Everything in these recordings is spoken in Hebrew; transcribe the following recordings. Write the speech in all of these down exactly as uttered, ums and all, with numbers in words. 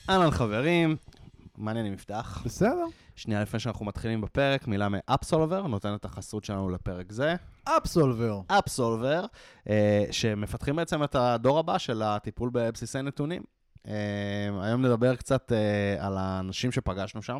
אהלן חברים, מעניין עם מפתח. בסדר. שנייה לפני שאנחנו מתחילים בפרק, מילה מאפסולבר, נותן את החסות שלנו לפרק זה. אפסולבר. אפסולבר, שמפתחים בעצם את הדור הבא של הטיפול בבסיסי נתונים. היום נדבר קצת על האנשים שפגשנו שם,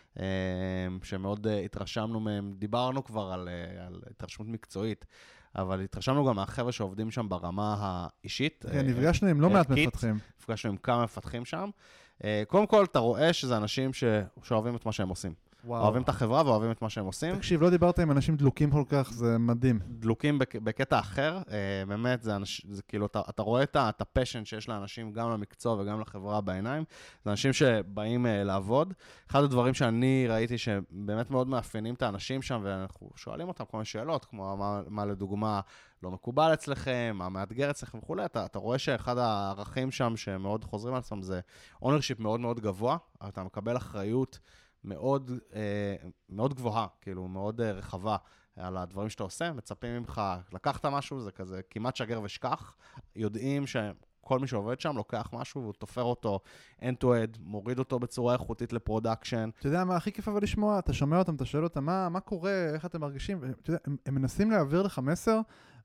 שמאוד התרשמנו מהם, דיברנו כבר על, על התרשמות מקצועית, אבל התרשמנו גם מהחבר'ה שעובדים שם ברמה האישית. כן, נפגשנו עם לא מעט מפתחים. נפגשנו עם כמה מפתחים שם. קודם כל, אתה רואה שזה אנשים שאוהבים את מה שהם עושים. אוהבים את החברה ואוהבים את מה שהם עושים. תקשיב, לא דיברת עם אנשים דלוקים כל כך, זה מדהים. דלוקים בקטע אחר, באמת, זה כאילו, אתה רואה את הפשן שיש לאנשים גם למקצוע וגם לחברה בעיניים. זה אנשים שבאים לעבוד. אחד הדברים שאני ראיתי שבאמת מאוד מאפיינים את האנשים שם, ואנחנו שואלים אותם כל מיני שאלות, כמו מה לדוגמה לא מקובל אצלכם, מה מאתגר אצלכם וכו'. אתה, אתה רואה שאחד הערכים שם שמאוד חוזרים על עצמם זה ownership מאוד מאוד גבוה. אתה מקבל אחריות מאוד, מאוד גבוהה, כאילו מאוד רחבה על הדברים שאתה עושה, מצפים ממך, לקחת משהו, זה כזה כמעט שגר ושכח, יודעים שכל מי שעובד שם לוקח משהו והוא תופר אותו end-to-end, מוריד אותו בצורה איכותית לפרודקשן. אתה יודע מה הכי כיף אבל לשמוע? אתה שומע אותם, אתה שואל אותם, מה, מה קורה, איך אתם מרגישים? אתה יודע, הם, הם מנסים להעביר לך מסר,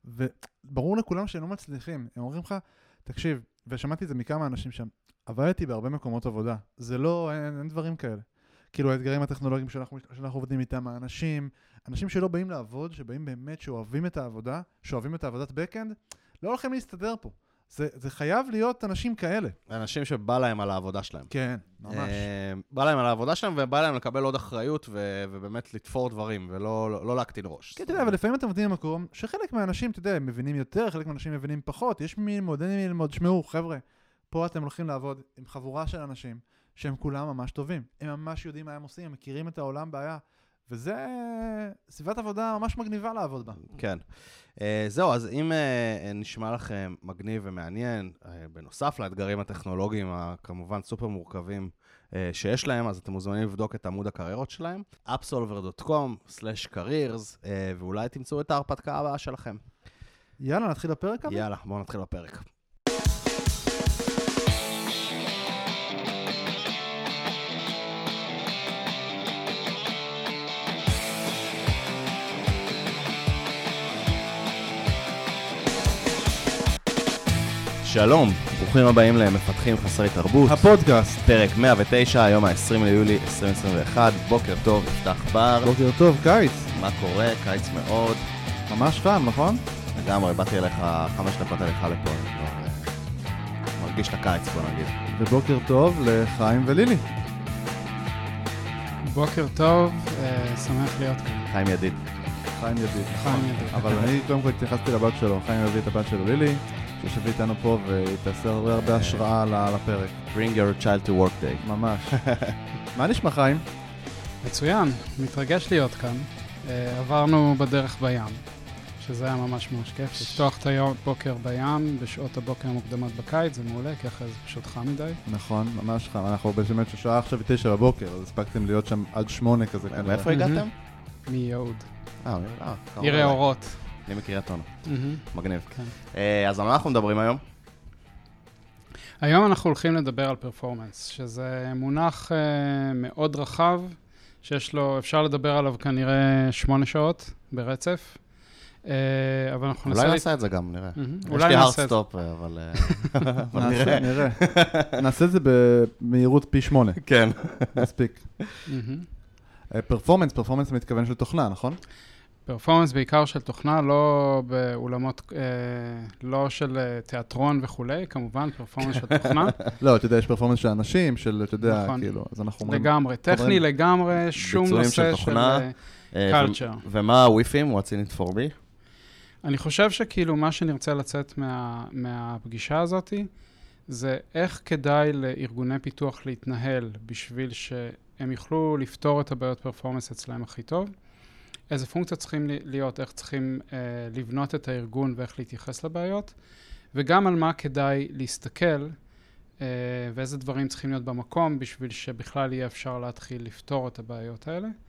וברור לכולם שהם לא מצליחים. הם אומרים לך, תקשיב, ושמעתי את זה מכמה אנשים שם, עבדתי בהרבה מקומות עבודה, זה לא, אין, אין דברים כאלה. כאילו האתגרים הטכנולוגיים שאנחנו, שאנחנו עובדים איתם, האנשים, אנשים שלא באים לעבוד, שבאים באמת שאוהבים את העבודה, שאוהבים את העבודת בקאנד, לא הולכים להסתדר פה. זה, זה חייב להיות אנשים כאלה. אנשים שבא להם על העבודה שלהם. כן, ממש. בא להם על העבודה שלהם, ובא להם לקבל עוד אחריות, ו- ובאמת לתפור דברים, ולא לא, לא להקטין ראש. כן, אתה יודע, אבל לפעמים אתם עובדים במקום, שחלק מהאנשים, אתה יודע, מבינים יותר, חלק מהאנשים מבינים פחות, יש מי ללמוד, אין מי ללמוד, שמעו, חבר'ה, פה אתם הולכים לעבוד עם חבורה של אנשים, שהם כולם ממש טובים. הם ממש יודעים מה הם עושים, הם מכירים את העולם בעיה, וזה סביבת עבודה ממש מגניבה לעבוד בה. כן. זהו, אז אם נשמע לכם מגניב ומעניין, בנוסף לאתגרים הטכנולוגיים, הכמובן סופר מורכבים שיש להם, אז אתם מוזמנים לבדוק את עמוד הקריירות שלהם, אפסולבר דוט קום סלש קריירס, ואולי תמצאו את ההרפתקה הבאה שלכם. יאללה, נתחיל לפרק הזה? יאללה, בואו נתחיל לפרק. שלום, ברוכים הבאים למפתחים חסרי תרבות. הפודקאסט. פרק מאה ותשע, היום ה-עשרים ליולי עשרים עשרים ואחת. בוקר טוב, יפתח בר. בוקר טוב, קיץ. מה קורה? קיץ מאוד. ממש חם, נכון? לגמרי, באתי אליך חמש דקות הליכה לפה. מרגיש את הקיץ, בוא נגיד. ובוקר טוב לחיים ולילי. בוקר טוב, שמח להיות כאן. חיים ידיד. חיים ידיד. חיים ידיד. אבל אני קודם כל התייחסתי לבת שלו, חיים יביא את הבת שלו, לילי. שיושב איתנו פה ותעשה הרבה הרבה השראה לפרק. Bring your child to work day. ממש. מה נשמע חיים? מצוין, מתרגש להיות כאן. עברנו בדרך בים, שזה היה ממש ממש כיף. לפתוח את היום בוקר בים, בשעות הבוקר המוקדמות בקיץ, זה מעולה, כי אחרי זה פשוט חם מדי. נכון, ממש חם. אנחנו באמת ששעה עכשיו תשע בבוקר, אז הספקתם להיות שם עד שמונה כזה. מאיפה הגעתם? מיהוד. אה, עיר האורות. אני מקריית אונו. מגניב. אז על מה אנחנו מדברים היום? היום אנחנו הולכים לדבר על פרפורמנס, שזה מונח מאוד רחב, שיש לו, אפשר לדבר עליו כנראה שמונה שעות ברצף, אבל אנחנו אולי נעשה את זה גם, נראה. אולי יש לי נעשה hard stop, אבל נראה. נראה. נעשה את זה במהירות פי שמונה. כן. מספיק. פרפורמנס, פרפורמנס מתכוון של תוכנה, נכון? פרפורמנס בעיקר של תוכנה, לא באולמות, לא של תיאטרון וכולי, כמובן, פרפורמנס של תוכנה. לא, אתה יודע, יש פרפורמנס של אנשים, של, אתה יודע, כאילו, אז אנחנו אומרים... לגמרי, טכני לגמרי, שום נושא של קלצ'ר. ומה הוויפים, what's in it for me? אני חושב שכאילו מה שנרצה לצאת מהפגישה הזאת, זה איך כדאי לארגוני פיתוח להתנהל בשביל שהם יוכלו לפתור את הבעיות פרפורמנס אצלהם הכי טוב. איזה פונקציות צריכים להיות, איך צריכים אה, לבנות את הארגון ואיך להתייחס לבעיות, וגם על מה כדאי להסתכל, אה, ואיזה דברים צריכים להיות במקום, בשביל שבכלל יהיה אפשר להתחיל לפתור את הבעיות האלה.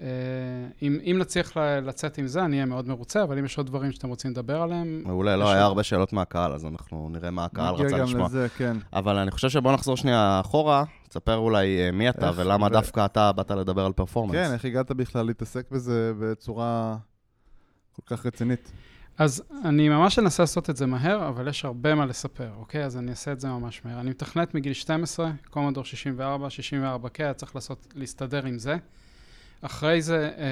אם, אם נצליח לצאת עם זה, אני אהיה מאוד מרוצה, אבל אם יש עוד דברים שאתם רוצים לדבר עליהם... מעולה, לא, היה הרבה שאלות מהקהל, אז אנחנו נראה מה הקהל רצה לשמוע. נגיע גם לזה, כן. אבל אני חושב שבוא נחזור שנייה אחורה, תספר אולי מי אתה ולמה דווקא אתה באת לדבר על פרפורמנס. כן, איך הגעת בכלל להתעסק בזה בצורה כל כך רצינית? אז אני ממש אנסה לעשות את זה מהר, אבל יש הרבה מה לספר, אוקיי? אז אני אעשה את זה ממש מהר. אני מתכנת מגיל שתים עשרה, קומודור שישים וארבע, שישים וארבע קיי, היה צריך לעשות, להסתדר עם זה. אחרי זה אה, אה,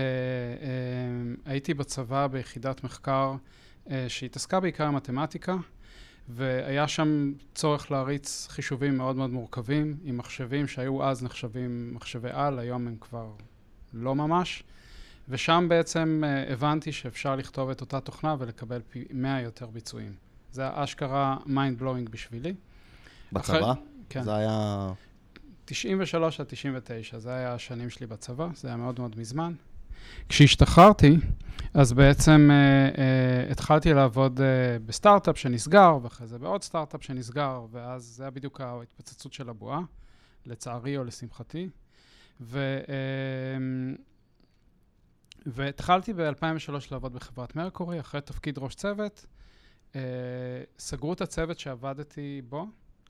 הייתי בצבא ביחידת מחקר אה, שהתעסקה בעיקר עם מתמטיקה, והיה שם צורך להריץ חישובים מאוד מאוד מורכבים, עם מחשבים שהיו אז נחשבים מחשבי על, היום הם כבר לא ממש. ושם בעצם uh, הבנתי שאפשר לכתוב את אותה תוכנה ולקבל פי מאה יותר ביצועים. זה אשכרה mind blowing בשבילי. בצבא? אחרי, כן. זה היה... תשעים ושלוש עד תשעים ותשע, זה היה השנים שלי בצבא, זה היה מאוד מאוד מזמן. כשהשתחררתי, אז בעצם uh, uh, התחלתי לעבוד uh, בסטארט-אפ שנסגר, ואחרי זה בעוד סטארט-אפ שנסגר, ואז זה היה בדיוק ההתפוצצות של הבועה, לצערי או לשמחתי. ו... Uh, והתחלתי ב-אלפיים ושלוש לעבוד בחברת מרקורי, אחרי תפקיד ראש צוות, אה, סגרו את הצוות שעבדתי בו,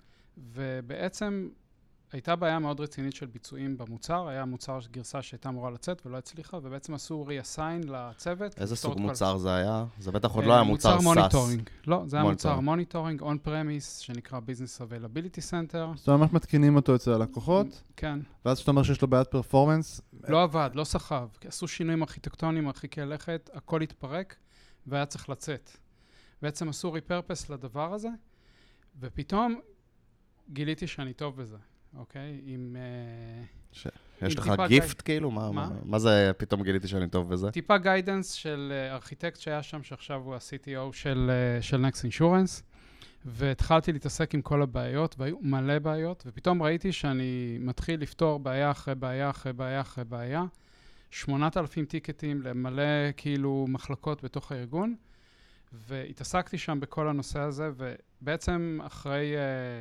ובעצם הייתה בעיה מאוד רצינית של ביצועים במוצר, היה מוצר גרסה שהייתה אמורה לצאת ולא הצליחה, ובעצם עשו re-assign לצוות. איזה סוג מוצר זה היה? זה בטח עוד לא היה מוצר סאס. מוצר מוניטורינג. לא, זה היה מוצר מוניטורינג, on-premise, שנקרא Business Availability Center. זאת אומרת, מתקינים אותו אצל הלקוחות? כן. ואז שאתה אומר שיש לו בעיית פרפורמנס? לא עבד, לא סחב. עשו שינויים ארכיטקטוניים, מרחיקי לכת, הכל התפרק, והיה צריך לצאת. בעצם עשו repurpose לדבר הזה, ופתאום גיליתי שאני טוב בזה. אוקיי, עם... ש... יש לך גיפט כאילו? מה, מה? מה זה פתאום גיליתי שאני טוב בזה? טיפה גיידנס של ארכיטקט שהיה שם, שעכשיו הוא ה-סי טי או של, של Next Insurance, והתחלתי להתעסק עם כל הבעיות, והיו מלא בעיות, ופתאום ראיתי שאני מתחיל לפתור בעיה אחרי בעיה אחרי בעיה אחרי בעיה, שמונת אלפים טיקטים למלא כאילו מחלקות בתוך הארגון, והתעסקתי שם בכל הנושא הזה, ובעצם אחרי...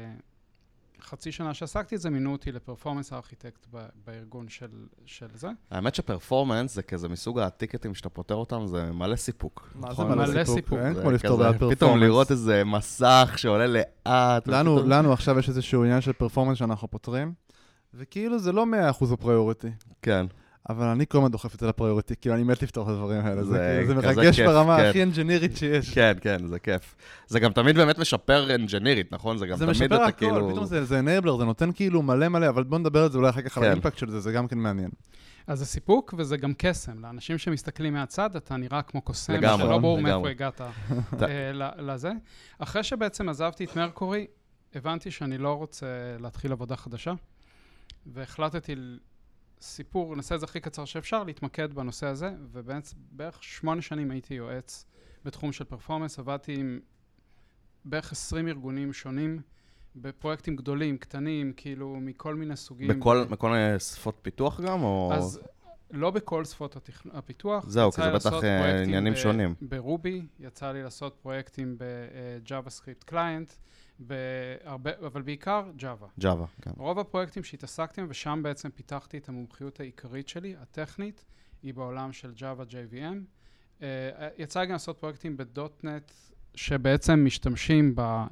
חצי שנה שעסקתי את זה, מינו אותי לפרפורמנס הארכיטקט בארגון של, של זה. האמת שפרפורמנס זה כזה מסוג הטיקטים שאתה פותר אותם, זה מלא סיפוק. מה זה מלא סיפוק? אין כמו לפתור בעד פרפורמנס. פתאום לראות איזה מסך שעולה לאט. לנו, לנו עכשיו יש איזשהו עניין של פרפורמנס שאנחנו פותרים, וכאילו זה לא מאה אחוז הפריוריטי. כן. אבל אני כל הזמן דוחף את זה לפריוריטי, כאילו אני מת לפתור את הדברים האלה, זה מרגש ברמה הכי אנג'ינירית שיש. כן, כן, זה כיף. זה גם תמיד באמת משפר אנג'ינירית, נכון? זה גם תמיד אתה כאילו... זה משפר הכל, פתאום זה אנבלר, זה נותן כאילו מלא מלא, אבל בוא נדבר על זה אולי אחר כך על האימפקט של זה, זה גם כן מעניין. אז זה סיפוק וזה גם קסם. לאנשים שמסתכלים מהצד, אתה נראה כמו קוסם, שלא ברור מאיפה הגעת לזה. אחרי שבעצם עזבתי את מרקורי, הבנתי שאני לא רוצה להתחיל עבודה חדשה, והחלטתי סיפור, נעשה את זה הכי קצר שאפשר, להתמקד בנושא הזה, ובערך שמונה שנים הייתי יועץ בתחום של פרפורמנס, עבדתי עם בערך עשרים ארגונים שונים, בפרויקטים גדולים, קטנים, כאילו מכל מיני סוגים. בכל, ו... בכל מיני שפות פיתוח גם, או... אז לא בכל שפות התכ... הפיתוח. זהו, כי זה בטח עניינים ב... שונים. ברובי, יצא לי לעשות פרויקטים ב-JavaScript Client, בהרבה, אבל בעיקר Java. Java, כן. רוב הפרויקטים שהתעסקתי, ושם בעצם פיתחתי את המומחיות העיקרית שלי, הטכנית, היא בעולם של Java ג'יי וי אם. Uh, יצא גם לעשות פרויקטים ב-דוט-נט, שבעצם משתמשים ב, uh,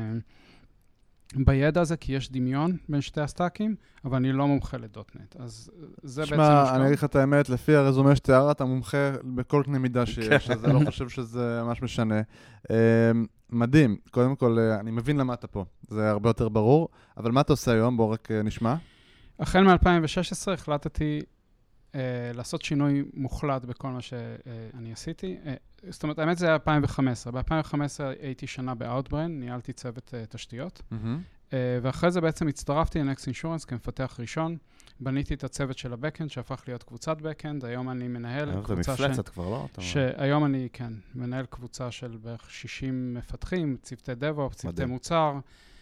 בידע הזה, כי יש דמיון בין שתי הסטאקים, אבל אני לא מומחה לדוט-נט. אז זה שמה, בעצם... שמע, אני אגיד לך את האמת, לפי הרזומה שתיארה, אתה מומחה בכל קנה מידה שיש, אז אני לא חושב שזה ממש משנה. Uh, מדהים. קודם כל, אני מבין למה אתה פה. זה הרבה יותר ברור. אבל מה אתה עושה היום? בואו רק נשמע. החל מ-אלפיים ושש עשרה החלטתי אה, לעשות שינוי מוחלט בכל מה שאני עשיתי. אה, זאת אומרת, האמת זה היה אלפיים וחמש עשרה. ב-אלפיים וחמש עשרה הייתי שנה ב-Outbrain, ניהלתי צוות אה, תשתיות. Mm-hmm. אה, ואחרי זה בעצם הצטרפתי ל-Next Insurance כמפתח ראשון. בניתי את הצוות של הבקאנד, שהפך להיות קבוצת בקאנד. היום אני מנהל קבוצה ש... מפלצת כבר, לא? שהיום אני, כן, מנהל קבוצה של בערך שישים מפתחים, צוותי דב-אופס, צוותי מוצר.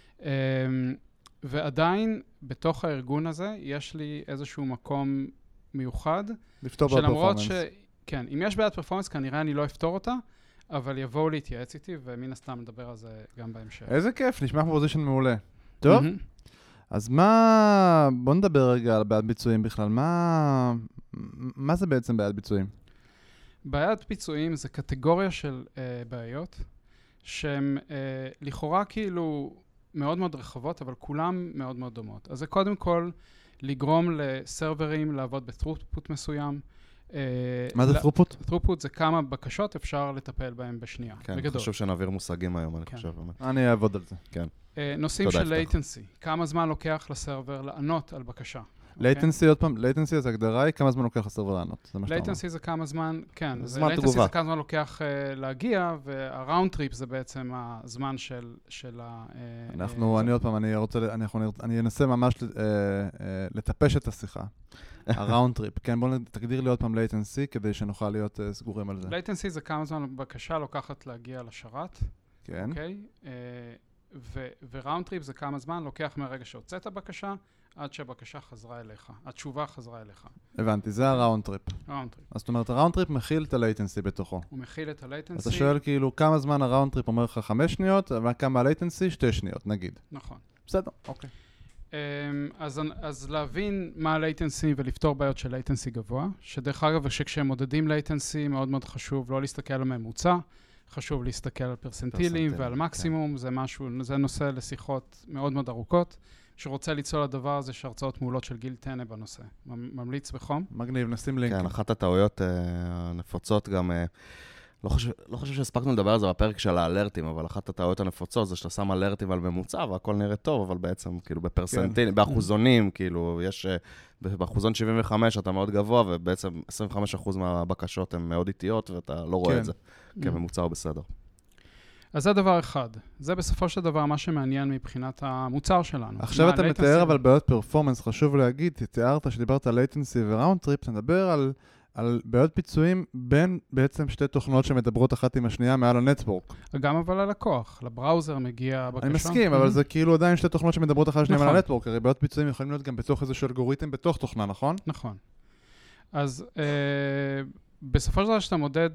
ועדיין, בתוך הארגון הזה, יש לי איזשהו מקום מיוחד. לפתור בעד פרפורמנס. ש... כן, אם יש בעד פרפורמנס, כנראה אני לא אפתור אותה, אבל יבואו להתייעץ איתי, ומן הסתם נדבר על זה גם בהמשך. איזה כיף, נשמע פוזישן מעולה. טוב? אז מה, בוא נדבר רגע על בעיית ביצועים בכלל, מה, מה זה בעצם בעיית ביצועים? בעיית ביצועים זה קטגוריה של uh, בעיות, שהן uh, לכאורה כאילו מאוד מאוד רחבות, אבל כולן מאוד מאוד דומות. אז זה קודם כל לגרום לסרברים לעבוד בת'רופוט מסוים. Uh, מה זה ת'רופוט? ת'רופוט זה כמה בקשות אפשר לטפל בהן בשנייה, כן, בגדול. חשוב שנעביר מושגים היום, אני כן. חושב. באמת. אני אעבוד על זה. כן. Uh, נושאים תודה, של יפתח. latency, כמה זמן לוקח לסרבר לענות על בקשה. latency, עוד פעם, latency אז הגדרה היא כמה זמן לוקח לסרבר לענות, זה מה שאתה אומר. latency זה כמה זמן, כן, זה זמן latency תגובה. זה כמה זמן לוקח uh, להגיע, וה-round trip זה בעצם הזמן של, של ה... Uh, אנחנו, uh, אני עוד פעם, אני רוצה, אני, אנחנו, אני אנסה ממש uh, uh, לטפש את השיחה. ה-round trip, כן, בואו תגדיר לי עוד פעם latency, כדי שנוכל להיות uh, סגורים על זה. latency זה כמה זמן בקשה לוקחת להגיע לשרת, כן. אוקיי? Uh, ו- ו-round trip זה כמה זמן לוקח מהרגע שהוצאת בקשה, עד שהבקשה חזרה אליך, התשובה חזרה אליך. הבנתי, זה ה-round trip. round trip. אז זאת אומרת, ה-round trip מכיל את ה-latency בתוכו. הוא מכיל את ה-latency. אתה שואל כאילו, כמה זמן ה-round trip אומר לך חמש שניות, וכמה ה-latency? שתי שניות, נגיד. נכון. בסדר, אוקיי. Um, אז, אז להבין מה ה-latency ולפתור בעיות של latency גבוה, שדרך אגב, שכשהם מודדים latency, מאוד מאוד חשוב לא להסתכל על הממוצע, חשוב להסתכל על פרסנטילים ועל מקסימום, זה משהו, זה נושא לשיחות מאוד מאוד ארוכות. שרוצה ליצול לדבר הזה, יש הרצאות מעולות של גיל טנה בנושא. ממליץ בחום. מגניב, נשים לינקים. כן, אחת הטעויות הנפוצות גם, לא חושב, לא חושב שהספקנו לדבר על זה בפרק של האלרטים, אבל אחת הטעויות הנפוצות זה שאתה שם אלרטים על ממוצע, והכל נראה טוב, אבל בעצם כאילו בפרסנטילים, באחוזונים, כאילו יש, באחוזון שבעים וחמש אתה מאוד גבוה, ובעצם עשרים וחמישה אחוז מהבקשות הן מאוד איטיות, ואתה לא רואה את זה. כן, ממוצע הוא בסדר. אז זה דבר אחד. זה בסופו של דבר מה שמעניין מבחינת המוצר שלנו. עכשיו אתה מתאר אבל בעיות פרפורמנס, חשוב להגיד, תיארת שדיברת על latency ו-round trip, אתה מדבר על, על בעיות פיצויים בין בעצם שתי תוכנות שמדברות אחת עם השנייה מעל הנטוורק. גם אבל ללקוח, לבראוזר מגיע בקשה. אני מסכים, אבל זה כאילו עדיין שתי תוכנות שמדברות אחת השנייה מעל הנטוורק, הרי בעיות פיצויים יכולים להיות גם בתוך איזשהו אלגוריתם בתוך תוכנה, נכון? נכון. אז בסופו של דבר שאתה מודד,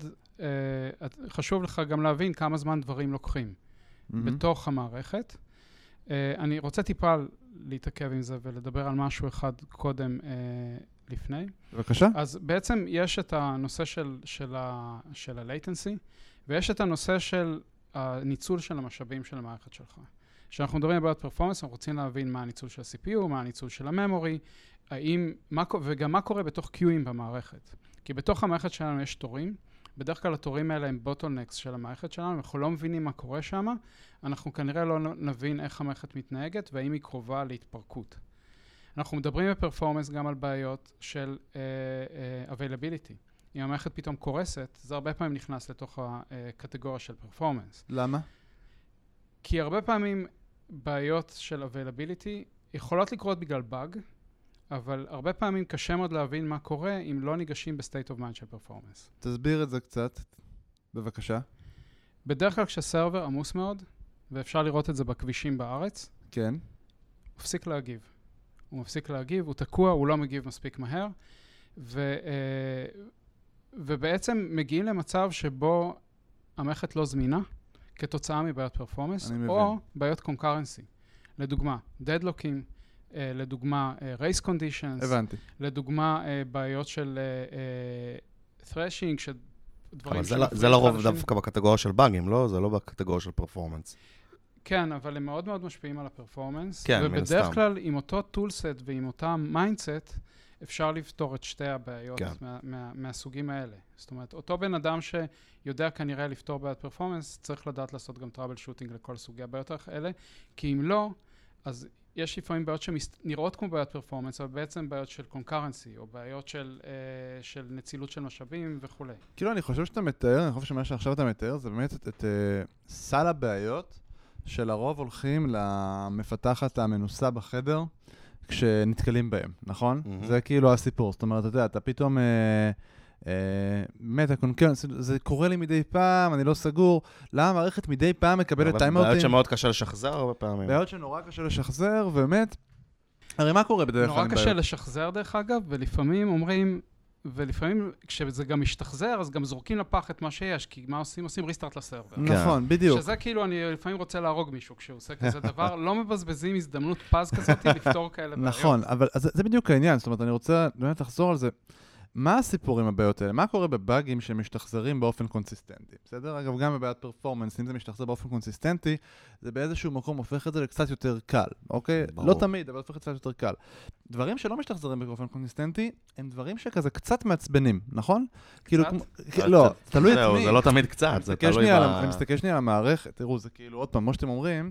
חשוב לך גם להבין כמה זמן דברים לוקחים בתוך המערכת. אני רוצה טיפה להתעכב עם זה ולדבר על משהו אחד קודם לפני. בבקשה. אז בעצם יש את הנושא של, של, ה, של ה-latency, ויש את הנושא של הניצול של המשאבים של המערכת שלך. כשאנחנו מדברים על בעיות פרפורמנס, אנחנו רוצים להבין מה הניצול של ה-סי פי יו, מה הניצול של הממורי, האם, מה, וגם מה קורה בתוך קיואים במערכת. כי בתוך המערכת שלנו יש תורים, בדרך כלל התורים האלה הם bottlenecks של המערכת שלנו, אנחנו לא מבינים מה קורה שם, אנחנו כנראה לא נבין איך המערכת מתנהגת, והאם היא קרובה להתפרקות. אנחנו מדברים בפרפורמנס גם על בעיות של uh, uh, availability. אם המערכת פתאום קורסת, זה הרבה פעמים נכנס לתוך הקטגוריה של פרפורמנס. למה? כי הרבה פעמים בעיות של availability יכולות לקרות בגלל באג, אבל הרבה פעמים קשה מאוד להבין מה קורה אם לא ניגשים בסטייט אוף מיינד של פרפורמנס. תסביר את זה קצת, בבקשה. בדרך כלל כשסרבר עמוס מאוד, ואפשר לראות את זה בכבישים בארץ, כן. הוא מפסיק להגיב. הוא מפסיק להגיב, הוא תקוע, הוא לא מגיב מספיק מהר, ו, ובעצם מגיעים למצב שבו המערכת לא זמינה, כתוצאה מבעיות פרפורמנס, או בעיות קונקרנסי. לדוגמה, דדלוקים, לדוגמה, race conditions, הבנתי. לדוגמה, בעיות של thrashing, שדברים... אבל זה לרוב דווקא בקטגוריה של באגים, לא? זה לא בקטגוריה של פרפורמנס. כן, אבל הם מאוד מאוד משפיעים על הפרפורמנס. כן, מן הסתם. ובדרך כלל, עם אותו טולסט ועם אותם מיינדסט, אפשר לפתור את שתי הבעיות כן. מה, מה, מהסוגים האלה. זאת אומרת, אותו בן אדם שיודע כנראה לפתור בעיית פרפורמנס, צריך לדעת לעשות גם טראבל שוטינג לכל סוגי הבעיות האלה, כי אם לא, אז יש לפעמים בעיות שנראות כמו בעיות פרפורמנס, אבל בעצם בעיות של קונקרנסי, או בעיות של, אה, של נצילות של משאבים וכו'. כאילו, אני חושב שאתה מתאר, אני חושב שמה שעכשיו אתה מתאר, זה באמת את, את uh, סל הבעיות שלרוב הולכים למפתחת המנוסה בחדר, כשנתקלים בהם, נכון? Mm-hmm. זה כאילו הסיפור. זאת אומרת, אתה יודע, אתה פתאום... אה, באמת, זה קורה לי מדי פעם, אני לא סגור. למה המערכת מדי פעם מקבלת טיימאוטים? בעיות שמאוד קשה לשחזר הרבה פעמים. בעיות שנורא קשה לשחזר, ובאמת, הרי מה קורה בדרך כלל? נורא קשה לשחזר דרך אגב, ולפעמים אומרים, ולפעמים כשזה גם משתחזר, אז גם זורקים לפח את מה שיש, כי מה עושים? עושים ריסטארט לסרבר. נכון, בדיוק. שזה כאילו, אני לפעמים רוצה להרוג מישהו כשהוא עושה כזה דבר, לא מבזבזים הזדמנות פז כזאת לפתור כאלה בעיות. נכון, אבל זה בדיוק העניין, זאת אומרת, אני רוצה באמת לחזור על זה. מה הסיפור עם הבעיות האלה? מה קורה בבאגים שמשתחזרים באופן קונסיסטנטי? בסדר? אגב, גם בבעיית פרפורמנס, אם זה משתחזר באופן קונסיסטנטי, זה באיזשהו מקום הופך את זה לקצת יותר קל, אוקיי? ברור. לא תמיד, אבל הופך את זה קצת יותר קל. דברים שלא משתחזרים באופן קונסיסטנטי, הם דברים שכזה קצת מעצבנים, נכון? כאילו, לא, תלוי את מי. זה לא תמיד קצת, זה תלוי ב... אני מסתכל שנייה על המערכת, תראו, זה כאילו, עוד פעם, כמו שאתם אומרים,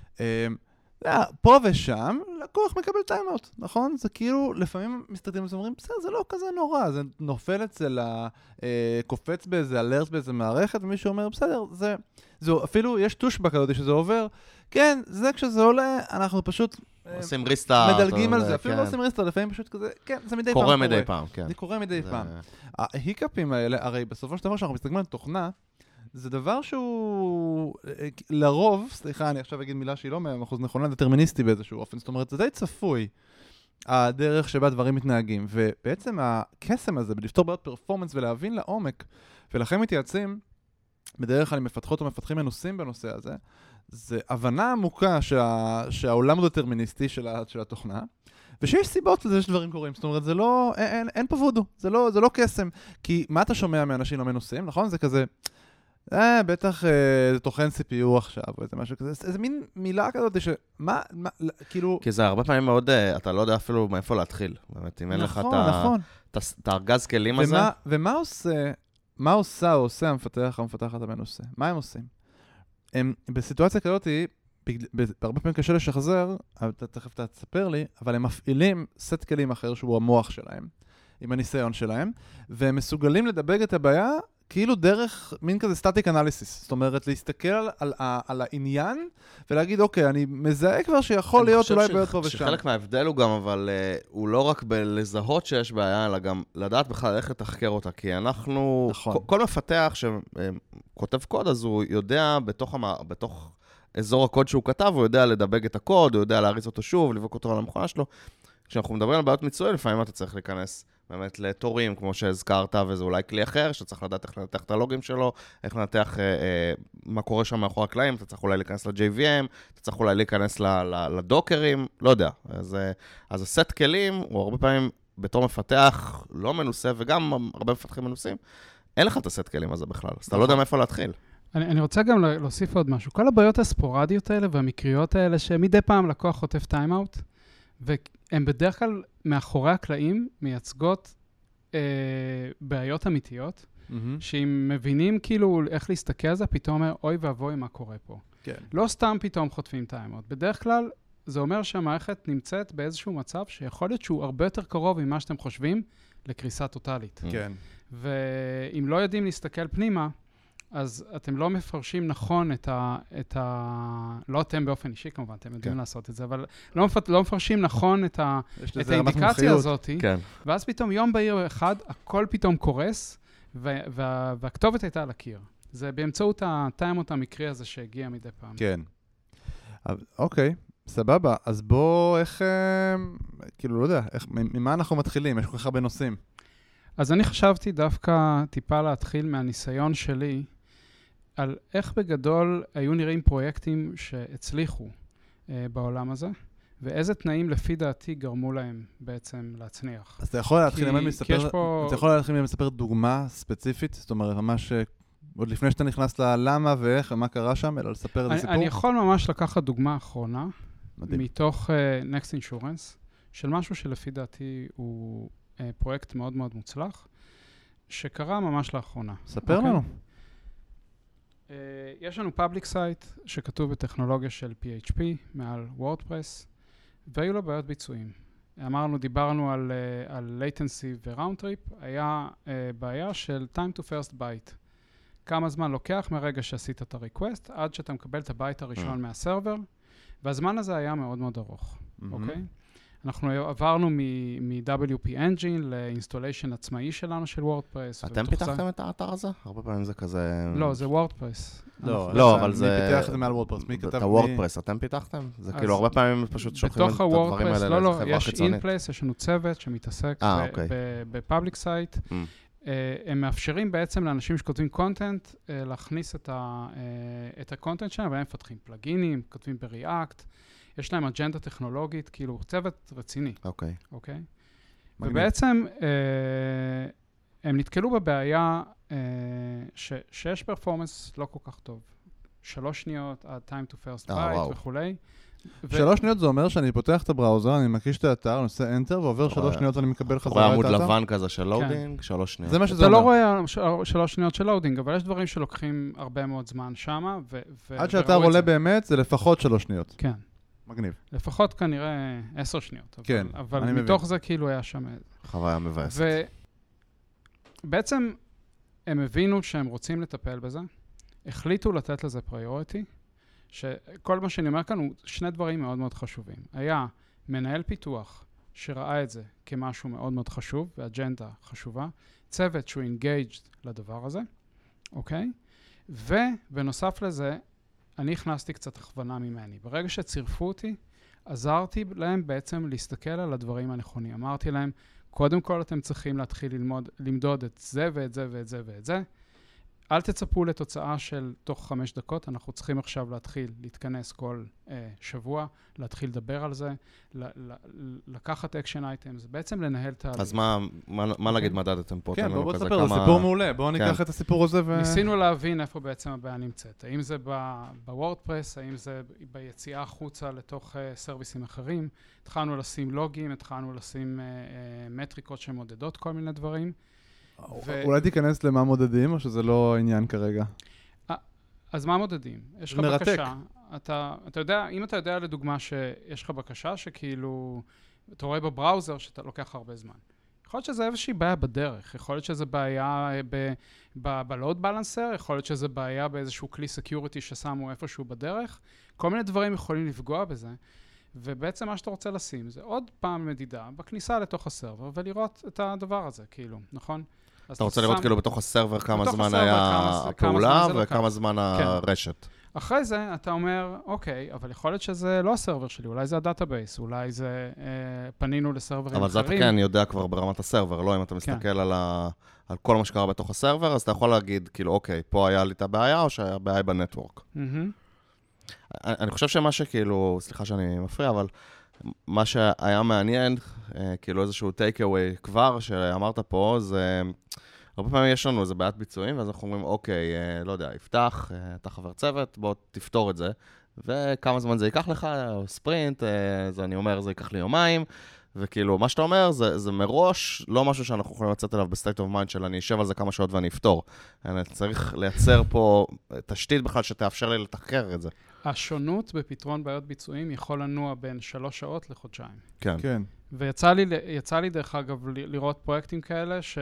פה ושם, לקוח מקבל טיימאוט, נכון? זה כאילו, לפעמים מסתכלים ואומרים, בסדר, זה לא כזה נורא, זה נופל אצל ה... קופץ באיזה אלרט באיזה מערכת, ומישהו אומר, בסדר, זה... אפילו יש טושבק כזאת שזה עובר, כן, זה כשזה עולה, אנחנו פשוט... עושים ריסטארט. מדלגים על זה, אפילו לא עושים ריסטארט, לפעמים פשוט כזה, כן, זה מדי פעם קורה. קורה מדי פעם, כן. זה קורה מדי פעם. ההיקאפים האלה, הרי בסופו של דבר שאנחנו מסתכלים על תוכנה, זה דבר שהוא, לרוב, סליחה, אני עכשיו אגיד מילה שהיא לא מאה אחוז נכונה, דטרמיניסטי באיזשהו אופן, זאת אומרת, זה די צפוי, הדרך שבה דברים מתנהגים, ובעצם הקסם הזה, בלפתור בעיות פרפורמנס ולהבין לעומק, ולכן מתייעצים, בדרך כלל מפתחות או מפתחים מנוסים בנושא הזה, זה הבנה עמוקה שה, שהעולם הוא דטרמיניסטי של, של התוכנה, ושיש סיבות לזה שדברים קורים, זאת אומרת, זה לא, אין, אין, אין פה וודו, זה לא, זה לא קסם, כי מה אתה שומע מאנשים לא מנוסים, נכון? זה כזה, אה, בטח זה תוכן סי פי יו עכשיו, או איזה משהו כזה, איזה מין מילה כזאת שמה, מה, כאילו... כי זה הרבה פעמים מאוד, אתה לא יודע אפילו מאיפה להתחיל, באמת, אם אין לך את הארגז כלים הזה. ומה עושה, מה עושה או עושה המפתח, המפתחת המנוסה? מה הם עושים? הם, בסיטואציה כזאת, הרבה פעמים קשה לשחזר, אתה תכף תספר לי, אבל הם מפעילים סט כלים אחר שהוא המוח שלהם, עם הניסיון שלהם, והם מסוגלים לדבג את הבעיה כאילו דרך מין כזה סטטיק אנליסיס. זאת אומרת, להסתכל על, על, על, על העניין, ולהגיד, אוקיי, אני מזהה כבר שיכול להיות אולי בעיות פה ושם. חלק מההבדל הוא גם, אבל uh, הוא לא רק בלזהות שיש בעיה, אלא גם לדעת בכלל איך לתחקר אותה, כי אנחנו, נכון. כל, כל מפתח שכותב קוד, אז הוא יודע בתוך, המ... בתוך אזור הקוד שהוא כתב, הוא יודע לדבג את הקוד, הוא יודע להריץ אותו שוב, לבדוק אותו על המכונה שלו. כשאנחנו מדברים על בעיות מצויה, לפעמים אתה צריך להיכנס באמת לתורים, כמו שהזכרת, וזה אולי כלי אחר, שצריך לדעת איך לנתח את הלוגים שלו, איך לנתח אה, אה, מה קורה שם מאחורי הקלעים, אתה צריך אולי להיכנס ל-ג'יי וי אם, אתה צריך אולי להיכנס ל- ל- לדוקרים, לא יודע. אז, אה, אז הסט כלים, הוא הרבה פעמים בתור מפתח לא מנוסה, וגם הרבה מפתחים מנוסים, אין לך את הסט כלים הזה בכלל, אז אתה לא יודע מאיפה להתחיל. אני, אני רוצה גם להוסיף עוד משהו. כל הבעיות הספורדיות האלה והמקריות האלה, שמדי פעם לקוח חוטף טיימאוט, והן בדרך כלל מאחורי הקלעים מייצגות אה, בעיות אמיתיות, mm-hmm. שאם מבינים כאילו איך להסתכל על זה, פתאום אומר, אוי ואבוי מה קורה פה. כן. לא סתם פתאום חוטפים טיימאוט. בדרך כלל זה אומר שהמערכת נמצאת באיזשהו מצב שיכול להיות שהוא הרבה יותר קרוב ממה שאתם חושבים לקריסה טוטלית. כן. ואם לא יודעים להסתכל פנימה, אז אתם לא מפרשים נכון את ה... את ה... לא אתם באופן אישי כמובן, אתם יודעים כן. לעשות את זה, אבל לא, מפ... לא מפרשים נכון את, ה... את האינדיקציה הזאת, כן. ואז פתאום יום בהיר אחד, הכל פתאום קורס, ו... וה... והכתובת הייתה על הקיר. זה באמצעות הטיימות המקרי הזה שהגיע מדי פעם. כן. אוקיי, סבבה. אז בוא, איך... כאילו, לא יודע, איך... ממה אנחנו מתחילים? יש כל כך הרבה נושאים. אז אני חשבתי דווקא טיפה להתחיל מהניסיון שלי, על איך בגדול היו נראים פרויקטים שהצליחו אה, בעולם הזה, ואיזה תנאים לפי דעתי גרמו להם בעצם להצניח. אז אתה יכול להתחיל למה מספר, פה... אתה יכול להתחיל לספר דוגמה ספציפית, זאת אומרת, ממש עוד לפני שאתה נכנס ללמה ואיך ומה קרה שם, אלא לספר את הסיפור? אני יכול ממש לקחת דוגמה אחרונה, מדהים. מתוך uh, Next Insurance, של משהו שלפי דעתי הוא uh, פרויקט מאוד מאוד מוצלח, שקרה ממש לאחרונה. ספר לנו. Uh, יש לנו פאבליק סייט שכתוב בטכנולוגיה של פי אייץ' פי מעל וורדפרס, והיו לו בעיות ביצועים. אמרנו, דיברנו על, uh, על latency ו-round trip, היה uh, בעיה של time to first byte. כמה זמן לוקח מרגע שעשית את ה-request, עד שאתה מקבל את הבייט הראשון mm. מהסרבר, והזמן הזה היה מאוד מאוד ארוך, אוקיי? Mm-hmm. Okay? אנחנו עברנו מ-דאבליו פי Engine לאינסטוליישן עצמאי שלנו של וורדפרס. אתם פיתחתם את האתר הזה? הרבה פעמים זה כזה... לא, זה וורדפרס. לא, אבל זה... מי פיתח את זה מעל וורדפרס? מי כתב? את הוורדפרס, אתם פיתחתם? זה כאילו הרבה פעמים פשוט שולחים את הדברים האלה לא, לאיזה חברה יש חיצונית. אינפלייס, יש לנו צוות שמתעסק בפאבליק סייט. הם מאפשרים בעצם לאנשים שכותבים קונטנט, להכניס את הקונטנט שלהם, והם מפתחים פלאגינים, כותבים בריאקט, יש להם אג'נדה טכנולוגית, כאילו צוות רציני. אוקיי. אוקיי? ובעצם הם נתקלו בבעיה שיש פרפורמנס לא כל כך טוב. שלוש שניות, ה-time to first byte וכולי. שלוש שניות זה אומר שאני פותח את הבראוזר, אני מקיש את האתר, אני עושה enter, ועובר שלוש שניות ואני מקבל חזרה את האתר. רואה עמוד לבן כזה של לואודינג, שלוש שניות. זה מה שזה אומר. אתה לא רואה שלוש שניות של לואודינג, אבל יש דברים שלוקחים הרבה מאוד זמן שמה. עד שהאתר עולה באמת, זה לפחות שלוש שניות. כן. מגניב. לפחות כנראה עשר שניות. כן, אבל מתוך זה כאילו היה שם... חוויה מבאסת. ובעצם הם הבינו שהם רוצים לטפל בזה, החליטו לתת לזה פריוריטי, שכל מה שאני אומר כאן הוא שני דברים מאוד מאוד חשובים. היה מנהל פיתוח שראה את זה כמשהו מאוד מאוד חשוב, ואג'נדה חשובה, צוות שהוא engaged לדבר הזה, אוקיי? ובנוסף לזה, אני הכנסתי קצת הכוונה ממני. ברגע שצירפו אותי, עזרתי להם בעצם להסתכל על הדברים הנכונים. אמרתי להם, קודם כל אתם צריכים להתחיל ללמוד, למדוד את זה ואת זה ואת זה ואת זה. אל תצפו לתוצאה של תוך חמש דקות, אנחנו צריכים עכשיו להתחיל להתכנס כל אה, שבוע, להתחיל לדבר על זה, ל- ל- לקחת אקשן אייטמס, בעצם לנהל תהליך. אז מה, מה, מה נגיד מדדתם פה? כן, בואו תספר, זה סיפור מעולה, בואו ניקח את הסיפור הזה ו... ניסינו להבין איפה בעצם הבעיה נמצאת. האם זה בוורדפרס, האם זה ביציאה החוצה לתוך סרוויסים אחרים, התחלנו לשים לוגים, התחלנו לשים מטריקות שמודדות כל מיני דברים. אולי תיכנס למה מודדים, או שזה לא עניין כרגע? אז מה מודדים? יש לך בקשה. אתה, אתה יודע, אם אתה יודע לדוגמה שיש לך בקשה שכאילו, אתה רואה בבראוזר שאתה לוקח הרבה זמן. יכול להיות שזה איזושהי בעיה בדרך, יכול להיות שזה בעיה ב-load balancer, יכול להיות שזה בעיה באיזשהו כלי security ששמו איפשהו בדרך. כל מיני דברים יכולים לפגוע בזה. ובעצם מה שאתה רוצה לשים זה עוד פעם מדידה בכניסה לתוך הסרבר ולראות את הדבר הזה, כאילו, נכון? אתה רוצה לראות כאילו בתוך הסרבר כמה זמן היה הפעולה וכמה זמן הרשת. אחרי זה אתה אומר, אוקיי, אבל יכול להיות שזה לא הסרבר שלי, אולי זה הדאטאבייס, אולי זה פנינו לסרברים אחרים. אבל זה אתה כן יודע כבר ברמת הסרבר, לא אם אתה מסתכל על כל מה שקרה בתוך הסרבר, אז אתה יכול להגיד, כאילו, אוקיי, פה היה לי את הבעיה או שהבעיה היא בנטוורק. אני חושב שמה שכאילו, סליחה שאני מפריע, אבל מה שהיה מעניין, כאילו איזשהו take-away כבר שאמרת פה, זה הרבה פעמים יש לנו איזה בעיית ביצועים, ואז אנחנו אומרים, אוקיי, לא יודע, יפתח, אתה חבר צוות, בוא תפתור את זה, וכמה זמן זה ייקח לך, או ספרינט, אז אני אומר, זה ייקח לי יומיים, וכאילו, מה שאתה אומר, זה, זה מראש לא משהו שאנחנו יכולים לצאת אליו בסטייט אוף מיינד של אני אשב על זה כמה שעות ואני אפתור. אני צריך לייצר פה תשתית בכלל שתאפשר לי לתחקר את זה. השונות בפתרון בעיות ביצועים יכול לנוע בין שלוש שעות לחודשיים. כן. כן. ויצא לי, יצא לי דרך אגב לראות פרויקטים כאלה ש,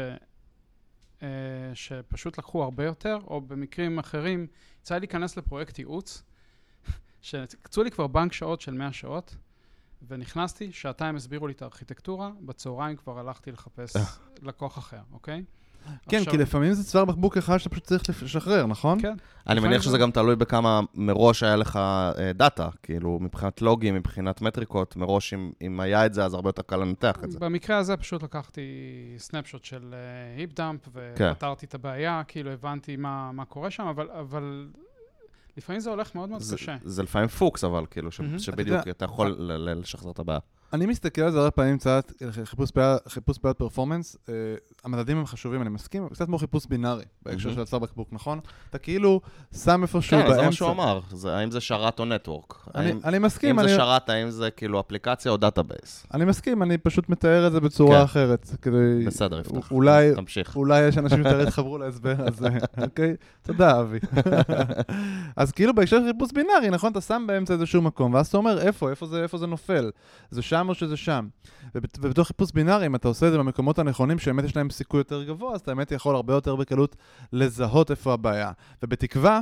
שפשוט לקחו הרבה יותר, או במקרים אחרים, יצא לי להיכנס לפרויקט ייעוץ, שקצו לי כבר בנק שעות של מאה שעות, ונכנסתי, שעתיים הסבירו לי את הארכיטקטורה, בצהריים כבר הלכתי לחפש לקוח אחר, אוקיי? כן, כי לפעמים זה צוואר בקבוק אחד שאתה פשוט צריך לשחרר, נכון? כן. אני מניח שזה גם תלוי בכמה מראש היה לך דאטה, כאילו מבחינת לוגים, מבחינת מטריקות, מראש אם היה את זה, אז הרבה יותר קל לנתח את זה. במקרה הזה פשוט לקחתי סנאפשוט של היפ דאמפ, ופתרתי את הבעיה, כאילו הבנתי מה קורה שם, אבל לפעמים זה הולך מאוד מאוד קשה. זה לפעמים פוקס, אבל כאילו, שבדיוק אתה יכול לשחזר את הבעיה. אני מסתכל על זה הרבה פעמים קצת, חיפוש בעיות פרפורמנס, המדדים הם חשובים, אני מסכים, קצת כמו חיפוש בינארי, בהקשר של הצוואר בקבוק, נכון? אתה כאילו שם איפשהו באמצע. כן, זה מה שהוא אמר, האם זה שרת או נטוורק? אני מסכים. אם זה שרת, האם זה כאילו אפליקציה או דאטאבייס? אני מסכים, אני פשוט מתאר את זה בצורה אחרת. בסדר, יפתח. תמשיך. אולי יש אנשים יותר התחברו להסבר הזה, אוקיי? תודה, אבי. אז כאילו בהקשר של חיפוש בינארי, נכון? אתה שם באמצע איזשהו מקום, ואז אתה אומר, איפה, איפה זה נופל? זה שם או שזה שם. ובתוך חיפוש בינארי, אם אתה עושה את זה במקומות הנכונים, שבאמת יש להם סיכוי יותר גבוה, אז אתה באמת יכול הרבה יותר בקלות לזהות איפה הבעיה. ובתקווה,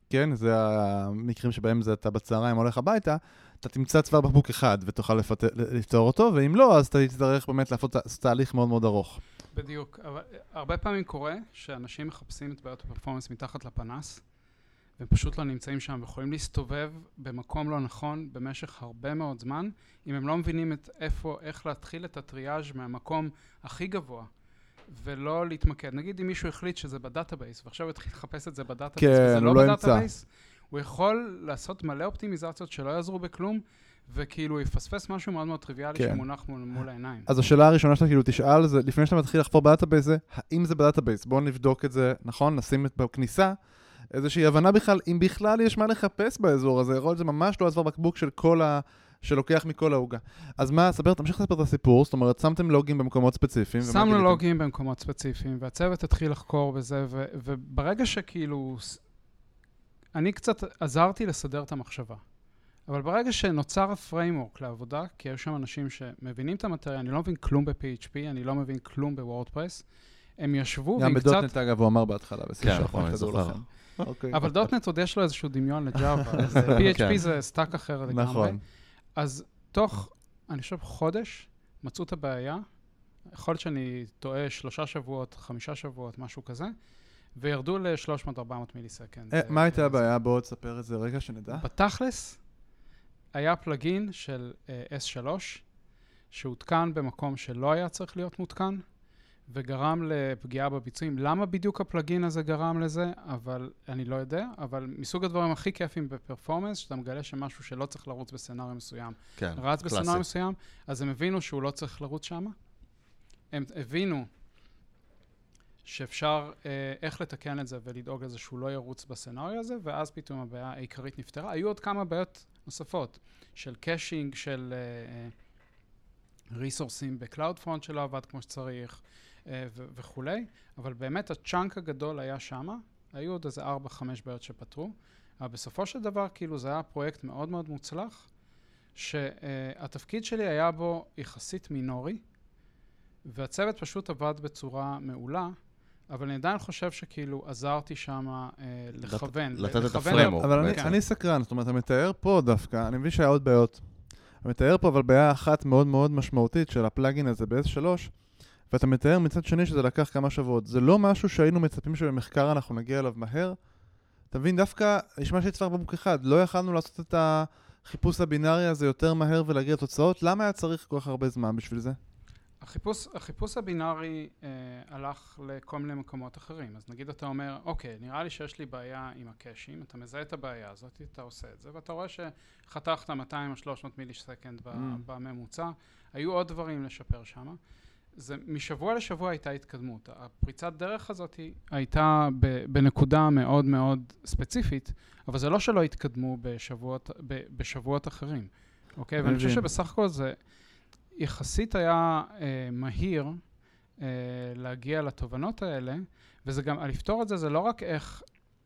כן, זה המקרים שבהם זה אתה בצהריים הולך הביתה, אתה תמצא צוואר בקבוק אחד ותוכל לפת... לפתור אותו, ואם לא, אז אתה תצטרך באמת לעשות תהליך מאוד מאוד ארוך. בדיוק, אבל הרבה פעמים קורה שאנשים מחפשים את בעיות הפרפורמנס מתחת לפנס, והם פשוט לא נמצאים שם, ויכולים להסתובב במקום לא נכון במשך הרבה מאוד זמן, אם הם לא מבינים את איפה, איך להתחיל את הטריאז' מהמקום הכי גבוה, ולא להתמקד. נגיד אם מישהו החליט שזה בדאטאבייס, ועכשיו הוא התחיל לחפש את זה בדאטאבייס, כן, וזה לא לא בדאטאבייס, הוא יכול לעשות מלא אופטימיזציות שלא יעזרו בכלום, וכאילו יפספס משהו מאוד מאוד טריוויאלי כן. שמונח מול, מול העיניים. אז השאלה הראשונה שאתה כאילו תשאל, זה לפני שאתה מתחיל לחפור בדאטאבייס זה, האם זה בדאטאבייס? בואו נבדוק את זה, נכון? נשים את בכניסה, איזושהי הבנה בכלל, אם בכלל יש מה לחפש באזור הזה, יכול להיות זה ממש לא הצוואר בקבוק של כל ה... שלוקח מכל ההוגה. אז מה, ספר, תמשיך לספר את הסיפור, זאת אומרת, שמתם לוגים במקומות ספציפיים. שמנו לוגים במקומות ספציפיים, והצוות התחיל לחקור בזה, ו- וברגע שכאילו, אני קצת עזרתי לסדר את המחשבה. אבל ברגע שנוצר הפריימורק לעבודה, כי היו שם אנשים שמבינים את המטריה, אני לא מבין כלום ב-פי אייץ' פי, אני לא מבין כלום בוורדפרס, הם ישבו גם ועם קצת... בדוטנט אגב הוא אמר בהתחלה, כן, נכון, אני זוכר. אבל דוטנט עוד יש לו איזשהו דמיון לג'אווה, אז פי אייץ' פי זה סטאק אחר לגמרי. נכון. אז תוך, אני חושב, חודש, מצאו את הבעיה, יכול להיות שאני טועה שלושה שבועות, חמישה שבועות, משהו כזה, וירדו ל-שלוש מאות ארבע מאות מיליסקנד. מה הייתה הבעיה? בואו תספר את זה רגע שנדע. בתכלס, היה פלגין של אס שלוש, שהותקן במקום שלא היה צריך להיות מותקן, וגרם לפגיעה בביצועים. למה בדיוק הפלגין הזה גרם לזה? אבל אני לא יודע, אבל מסוג הדברים הכי כיפים בפרפורמנס, שאתה מגלה שמשהו שלא צריך לרוץ בסצנריו מסוים, כן, רץ קלאסי. בסצנריו מסוים, אז הם הבינו שהוא לא צריך לרוץ שם. הם הבינו שאפשר אה, איך לתקן את זה ולדאוג לזה שהוא לא ירוץ בסצנריו הזה, ואז פתאום הבעיה העיקרית נפתרה. היו עוד כמה בעיות נוספות, של קאשינג, של ריסורסים אה, בקלאוד פרונט שלא עבד כמו שצריך, ו- וכולי, אבל באמת הצ'אנק הגדול היה שמה, היו עוד איזה ארבע, חמש בעיות שפתרו, אבל בסופו של דבר כאילו זה היה פרויקט מאוד מאוד מוצלח, שהתפקיד שלי היה בו יחסית מינורי, והצוות פשוט עבד בצורה מעולה, אבל אני עדיין חושב שכאילו עזרתי שמה אה, לכוון. לתת את הפריימורק. אבל אני, אני סקרן, זאת אומרת, אתה מתאר פה דווקא, אני מבין שהיה עוד בעיות. אתה מתאר פה אבל בעיה אחת מאוד מאוד משמעותית של הפלאגין הזה ב-אס שלוש, ואתה מתאר מצד שני שזה לקח כמה שבועות. זה לא משהו שהיינו מצפים שבמחקר אנחנו נגיע אליו מהר. אתה מבין, דווקא, יש מה שצוואר בקבוק אחד, לא יכלנו לעשות את החיפוש הבינארי הזה יותר מהר ולהגיע לתוצאות. למה היה צריך כל כך הרבה זמן בשביל זה? החיפוש, החיפוש הבינארי אה, הלך לכל מיני מקומות אחרים. אז נגיד אתה אומר, אוקיי, נראה לי שיש לי בעיה עם הקאשים, אתה מזהה את הבעיה הזאת, אתה עושה את זה, ואתה רואה שחתכת מאתיים או שלוש מאות מיליסקנד mm. בממוצע. היו עוד דברים לשפר שם. זה משבוע לשבוע הייתה התקדמות. הפריצת דרך הזאת הייתה בנקודה מאוד מאוד ספציפית, אבל זה לא שלא התקדמו בשבועות, בשבועות אחרים. אוקיי? ואני חושב שבסך הכל זה יחסית היה אה, מהיר אה, להגיע לתובנות האלה, וזה גם, לפתור את זה, זה לא רק איך,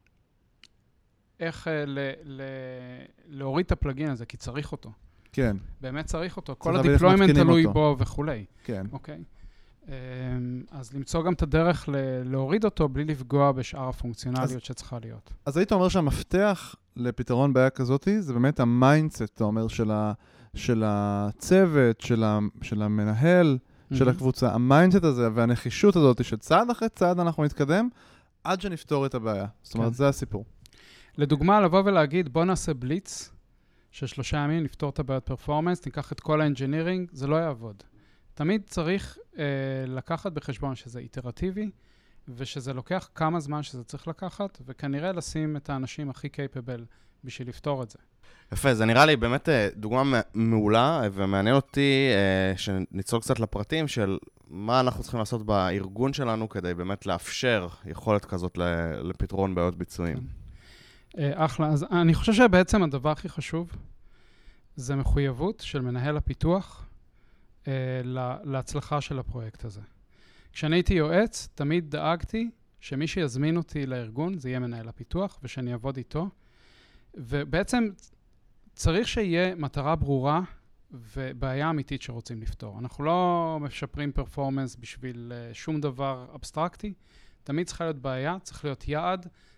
איך אה, ל, ל, להוריד את הפלגין הזה, כי צריך אותו. כן. באמת צריך אותו. כל הדיפלוימנט תלוי בו וכולי. כן. אוקיי? אז למצוא גם את הדרך להוריד אותו בלי לפגוע בשאר הפונקציונליות שצריכה להיות. אז היית אומר שהמפתח לפתרון בעיה כזאת זה באמת המיינדסט, אתה אומר, של, ה, של הצוות, של, ה, של המנהל, mm-hmm. של הקבוצה. המיינדסט הזה והנחישות הזאת שצעד אחרי צעד אנחנו נתקדם עד שנפתור את הבעיה. זאת אומרת, כן. זה הסיפור. לדוגמה, לבוא ולהגיד, בוא נעשה בליץ של שלושה ימים, נפתור את הבעיות פרפורמנס, ניקח את כל האנג'ינירינג, זה לא יעבוד. תמיד צריך אה, לקחת בחשבון שזה איטרטיבי, ושזה לוקח כמה זמן שזה צריך לקחת, וכנראה לשים את האנשים הכי קייפבל בשביל לפתור את זה. יפה, זה נראה לי באמת דוגמה מעולה, ומעניין אותי אה, שניצול קצת לפרטים של מה אנחנו צריכים לעשות בארגון שלנו, כדי באמת לאפשר יכולת כזאת לפתרון בעיות ביצועים. אה, אחלה, אז אני חושב שבעצם הדבר הכי חשוב, זה מחויבות של מנהל הפיתוח, להצלחה של הפרויקט הזה. כשאני הייתי יועץ, תמיד דאגתי שמי שיזמין אותי לארגון, זה יהיה מנהל הפיתוח, ושאני אעבוד איתו. ובעצם צריך שיהיה מטרה ברורה ובעיה אמיתית שרוצים לפתור. אנחנו לא משפרים פרפורמנס בשביל שום דבר אבסטרקטי. תמיד צריכה להיות בעיה, צריך להיות יעד,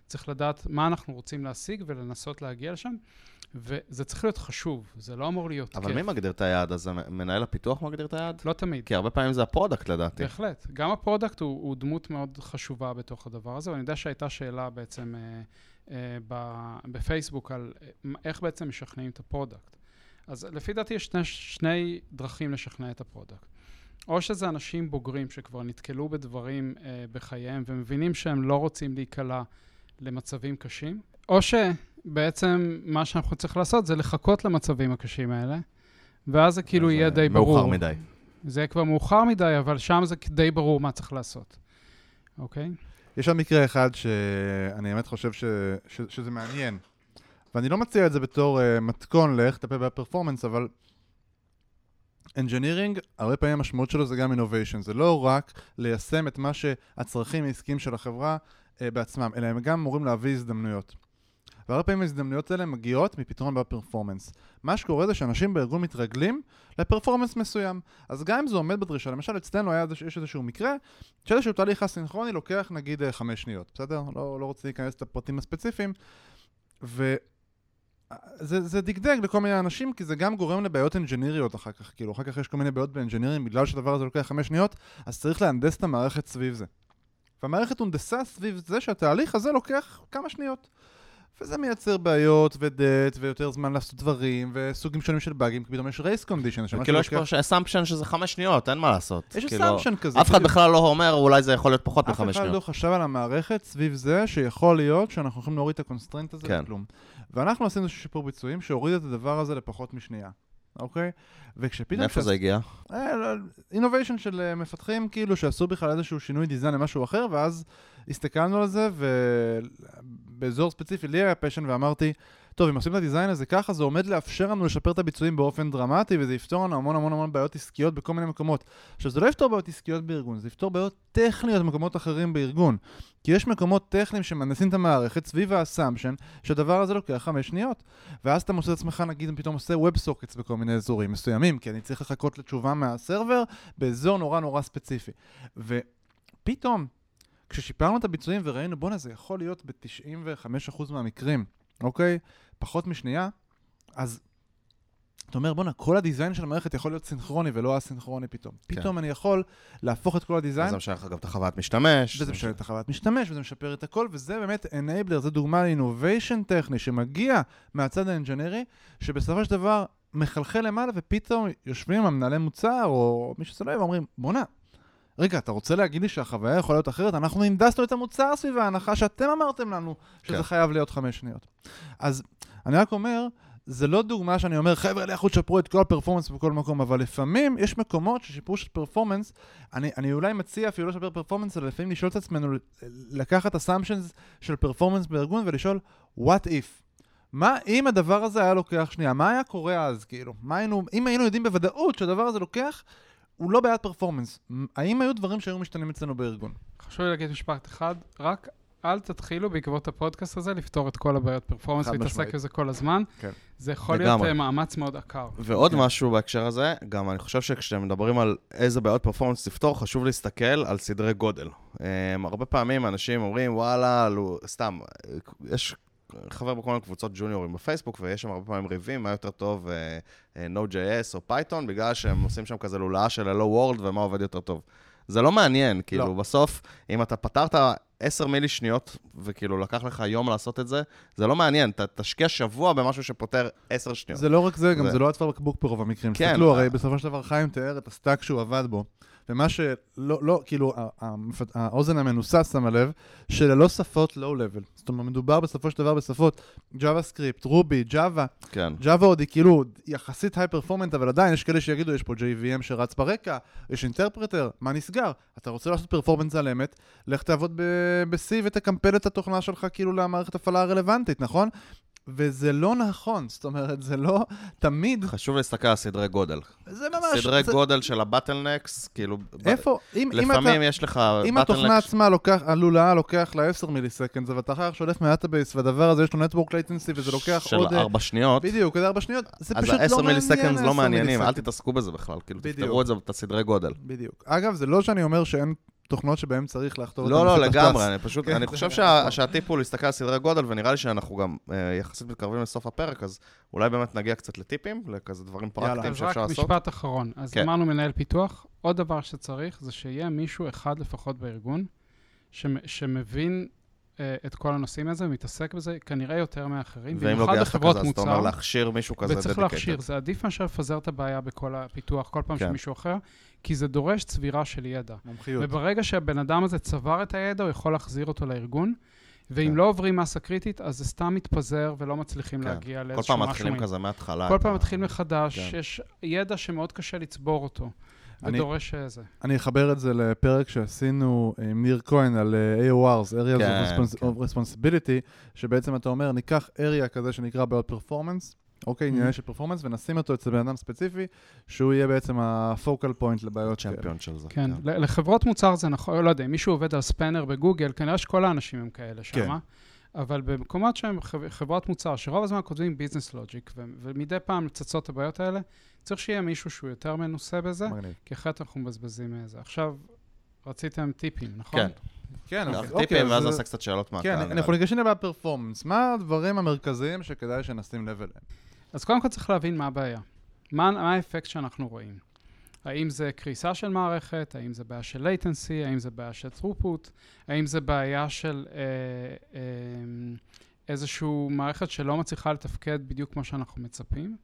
צריך לדעת מה אנחנו רוצים להשיג ולנסות להגיע לשם, וזה צריך להיות חשוב, זה לא אמור להיות כיף. אבל מי מגדיר את היעד? אז מנהל הפיתוח מגדיר את היעד? לא תמיד. כי הרבה פעמים זה הפרודקט לדעתי. בהחלט. גם הפרודקט הוא, הוא דמות מאוד חשובה בתוך הדבר הזה, ואני יודע שהייתה שאלה בעצם אה, אה, ב- בפייסבוק על אה, איך בעצם משכנעים את הפרודקט. אז לפי דעתי יש שני, שני דרכים לשכנע את הפרודקט. או שזה אנשים בוגרים שכבר נתקלו בדברים אה, בחייהם ומבינים שהם לא רוצים להיקלע למצבים קשים, או שבעצם מה שאנחנו צריכים לעשות זה לחכות למצבים הקשים האלה, ואז זה כאילו יהיה די ברור. מאוחר מדי. זה יהיה כבר מאוחר מדי, אבל שם זה די ברור מה צריך לעשות. אוקיי? יש שם מקרה אחד שאני באמת חושב ש, ש, שזה מעניין, ואני לא מציע את זה בתור uh, מתכון לאיך לטפל בפרפורמנס, אבל engineering, הרבה פעמים המשמעות שלו זה גם innovation. זה לא רק ליישם את מה שהצרכים העסקיים של החברה uh, בעצמם, אלא הם גם אמורים להביא הזדמנויות. והרבה פעמים ההזדמנויות האלה מגיעות מפתרון בפרפורמנס. מה שקורה זה שאנשים בארגון מתרגלים לפרפורמנס מסוים. אז גם אם זה עומד בדרישה, למשל אצלנו היה, יש איזשהו מקרה, שאיזשהו תהליך הסינכרוני לוקח נגיד חמש שניות, בסדר? לא, לא רוצה להיכנס לפרטים הספציפיים. ו... זה, זה דגדג לכל מיני אנשים, כי זה גם גורם לבעיות אנג'יניריות אחר כך. כאילו, אחר כך יש כל מיני בעיות באנג'ינירים, בגלל שהדבר הזה לוקח חמש שניות, אז צריך להנדס את המערכת סביב זה. והמערכת הונדסה סביב זה שהתהליך הזה לוקח כמה שניות. וזה מייצר בעיות ודט, ויותר זמן לעשות דברים, וסוגים שונים של באגים, כי פתאום יש רייס קונדישן. כאילו יש פה אסמפשן שזה חמש שניות, אין מה לעשות. יש אסמפשן כזה. אף אחד בכלל לא אומר, אולי זה יכול להיות פחות מחמש שניות. אף אחד לא חשב על המערכת סביב זה, שיכול להיות שאנחנו יכולים להוריד את הקונסטרנט הזה לכלום. ואנחנו עשינו שיפור ביצועים, שהוריד את הדבר הזה לפחות משנייה. אוקיי? וכשפתאום... מאיפה זה הגיע? אינוביישן של מפתחים, כאילו, שעשו בכלל איזשהו שינוי דיזיין למשהו אחר, ואז הסתכלנו על זה, ובאזור ספציפי לי היה פשן, ואמרתי, טוב, אם עושים את הדיזיין הזה ככה, זה עומד לאפשר לנו לשפר את הביצועים באופן דרמטי, וזה יפתור לנו המון המון המון בעיות עסקיות בכל מיני מקומות. עכשיו, זה לא יפתור בעיות עסקיות בארגון, זה יפתור בעיות טכניות במקומות אחרים בארגון. כי יש מקומות טכניים שמנדסים את המערכת סביב האסמפשן, שהדבר הזה לוקח חמש שניות. ואז אתה מוצא את עצמך, נגיד, פתאום עושה WebSockets בכל מיני אזורים מסוימים, כי אני צריך לחכות לתשובה מהסרבר באזור נורא נורא ספציפי. ופתאום, כששיפרנו את הביצועים וראינו, בוא נזה, יכול להיות ב-תשעים וחמישה אחוז מהמקרים, אוקיי? פחות משנייה, אז אתה אומר, בונה, כל הדיזיין של המערכת יכול להיות סינכרוני ולא אסינכרוני פתאום. כן. פתאום אני יכול להפוך את כל הדיזיין. וזה משפר גם את החוויית משתמש. וזה משפר את החוויית משתמש, וזה משפר את הכל, וזה באמת enabler, זה דוגמה לאינוביישן טכני שמגיע מהצד האנג'ינירי, שבסופו של דבר מחלחל למעלה, ופתאום יושבים עם המנהלי מוצר, או מי שזה לא יהיה, ואומרים, בונה, רגע, אתה רוצה להגיד לי שהחוויה יכולה להיות אחרת? אנחנו הנדסנו את המוצר סביב ההנחה שאתם אמרתם לנו שזה כן. חייב להיות חמש שניות. אז אני רק אומר, זה לא דוגמה שאני אומר, חבר'ה, לכו תשפרו את כל הפרפורמנס בכל מקום, אבל לפעמים יש מקומות ששיפור של פרפורמנס, אני, אני אולי מציע אפילו לא לשפר פרפורמנס, אבל לפעמים לשאול את עצמנו, לקחת assumptions של פרפורמנס בארגון ולשאול, what if? מה אם הדבר הזה היה לוקח שנייה? מה היה קורה אז, כאילו? מה היינו, אם היינו יודעים בוודאות שהדבר הזה לוקח, הוא לא בעיית פרפורמנס. האם היו דברים שהיו משתנים אצלנו בארגון? חשוב לי להגיד משפט אחד, רק אל תתחילו בעקבות הפודקאסט הזה לפתור את כל הבעיות פרפורמנס ולהתעסק בזה כל הזמן. כן. זה יכול להיות מאמץ מאוד עקר. ועוד כן. משהו בהקשר הזה, גם אני חושב שכשאתם מדברים על איזה בעיות פרפורמנס לפתור, חשוב להסתכל על סדרי גודל. הרבה פעמים אנשים אומרים, וואלה, לא, סתם, יש חבר בכל מיני קבוצות ג'וניורים בפייסבוק, ויש שם הרבה פעמים ריבים, מה יותר טוב, Node.js או Python, בגלל שהם עושים שם כזה לולאה של Hello World ומה עובד יותר טוב. זה לא מעניין, כאילו, לא. בסוף, אם אתה פתרת עשר מילי שניות, וכאילו לקח לך יום לעשות את זה, זה לא מעניין, אתה תשקיע שבוע במשהו שפותר עשר שניות. זה לא רק זה, גם זה, זה לא הצוואר בקבוק ברוב המקרים. כן. תסתכלו, הרי בסופו של דבר חיים תיאר את הסטאק שהוא עבד בו, ומה שלא, לא, כאילו, האוזן המנוסס שמה לב, שללא שפות לואו-לבל. זאת אומרת, מדובר בסופו של דבר בשפות JavaScript, Ruby, Java. כן. Java עוד היא כאילו יחסית היי-פרפורמנט, אבל עדיין יש כאלה שיגידו, יש פה ג'יי וי אם שרץ ברקע, יש אינטרפרטר, מה נסגר? אתה רוצה לעשות פרפורמנס על אמת, לך תעבוד ב-C ותקמפל את התוכנה שלך כאילו למערכת הפעלה הרלוונטית, נכון? וזה לא נכון, זאת אומרת, זה לא תמיד... חשוב להסתכל על סדרי גודל. זה ממש... סדרי זה... גודל של הבטלנקס, כאילו... איפה? אם, לפעמים אם אתה, יש לך... אם התוכנה עצמה לוקח, הלולאה לוקח ל-עשר מיליסקנד, ואתה אחר שולף מהדאטאבייס, והדבר הזה יש לו נטוורק לייטנסי, וזה לוקח של עוד... של ארבע שניות. בדיוק, עוד ארבע שניות. זה פשוט לא מעניין. אז ה-עשר מיליסקנד לא מעניינים, מיליסקנד. אל תתעסקו בזה בכלל, כאילו, תפתרו את זה, את הסדרי גודל. בדיוק. אגב, זה לא שאני אומר שאין תוכנות שבהן צריך לכתוב לא, לא, לגמרי, אני פשוט, אני חושב שהטיפ הוא להסתכל על סדרי גודל, ונראה לי שאנחנו גם יחסית מתקרבים לסוף הפרק, אז אולי באמת נגיע קצת לטיפים, לכזה דברים פרקטיים שאפשר לעשות. אז רק משפט אחרון. אז אמרנו מנהל פיתוח, עוד דבר שצריך, זה שיהיה מישהו אחד לפחות בארגון, שמבין את כל הנושאים הזה, ומתעסק בזה כנראה יותר מאחרים. ואם לא גייסת כזה, אז אתה אומר להכשיר מישהו כזה וצריך להכשיר, זה עדיף מאשר לפזר את הבעיה בכל הפיתוח, כל פעם שמישהו אחר, כי זה דורש צבירה של ידע. מומחיות. וברגע שהבן אדם הזה צבר את הידע, הוא יכול להחזיר אותו לארגון, ואם לא עוברים מסה קריטית, אז זה סתם מתפזר ולא מצליחים להגיע לאיזשהו משהו. כל פעם מתחילים כזה מההתחלה. כל פעם מתחילים מחדש, יש ידע שמאוד קשה לצבור אותו. ודורש זה. אני אחבר את זה לפרק שעשינו עם ניר כהן על A O Rs, Areas of Responsibility, שבעצם אתה אומר, ניקח area כזה שנקרא בעיות פרפורמנס, אוקיי, עניין של פרפורמנס, ונשים אותו אצל בן אדם ספציפי, שהוא יהיה בעצם הפוקל פוינט לבעיות צ'מפיון של זה. כן, לחברות מוצר זה נכון, לא יודע, אם מישהו עובד על ספנר בגוגל, כנראה שכל האנשים הם כאלה שמה, אבל במקומות שהם חברות מוצר, שרוב הזמן כותבים ביזנס לוג'יק, ומדי פעם צצות הבעיות האלה, צריך שיהיה מישהו שהוא יותר מנוסה בזה, כי אחרת אנחנו מבזבזים איזה. עכשיו, רציתם טיפים, נכון? כן. כן, טיפים, ואז נעשה קצת שאלות מהקהל. כן, אנחנו ניגשים לבעיה פרפורמנס. מה הדברים המרכזיים שכדאי שנשים לב אליהם? אז קודם כל צריך להבין מה הבעיה. מה האפקט שאנחנו רואים? האם זה קריסה של מערכת? האם זה בעיה של latency? האם זה בעיה של throughput? האם זה בעיה של אה, אה, איזושהי מערכת שלא מצליחה לתפקד בדיוק כמו שאנחנו מצפים?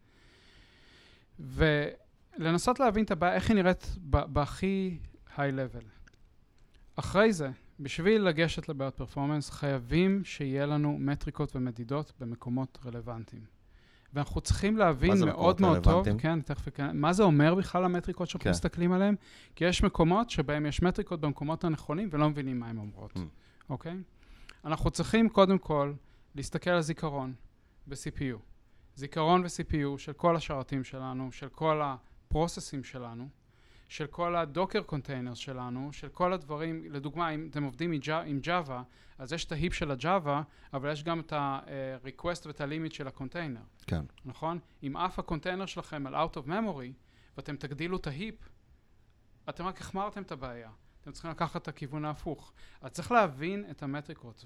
ולנסות להבין את הבעיה, איך היא נראית בהכי high level. אחרי זה, בשביל לגשת לבעיות פרפורמנס, חייבים שיהיה לנו מטריקות ומדידות במקומות רלוונטיים. ואנחנו צריכים להבין מאוד מאוד טוב, כן, תכף, כן, מה זה אומר בכלל המטריקות שאנחנו כן. מסתכלים עליהן? כי יש מקומות שבהם יש מטריקות במקומות הנכונים ולא מבינים מה הן אומרות, mm. אוקיי? אנחנו צריכים קודם כל להסתכל על זיכרון ב-סי פי יו. זיכרון ו-סי פי יו של כל השרתים שלנו, של כל הפרוססים שלנו, של כל הדוקר קונטיינרס שלנו, של כל הדברים, לדוגמה, אם אתם עובדים עם Java, אז יש את ההיפ של ה-Java, אבל יש גם את ה-request ואת ה-limit של הקונטיינר. כן. נכון? אם אף הקונטיינר שלכם על out of memory, ואתם תגדילו את ההיפ, אתם רק החמרתם את הבעיה. אתם צריכים לקחת את הכיוון ההפוך. אז צריך להבין את המטריקות,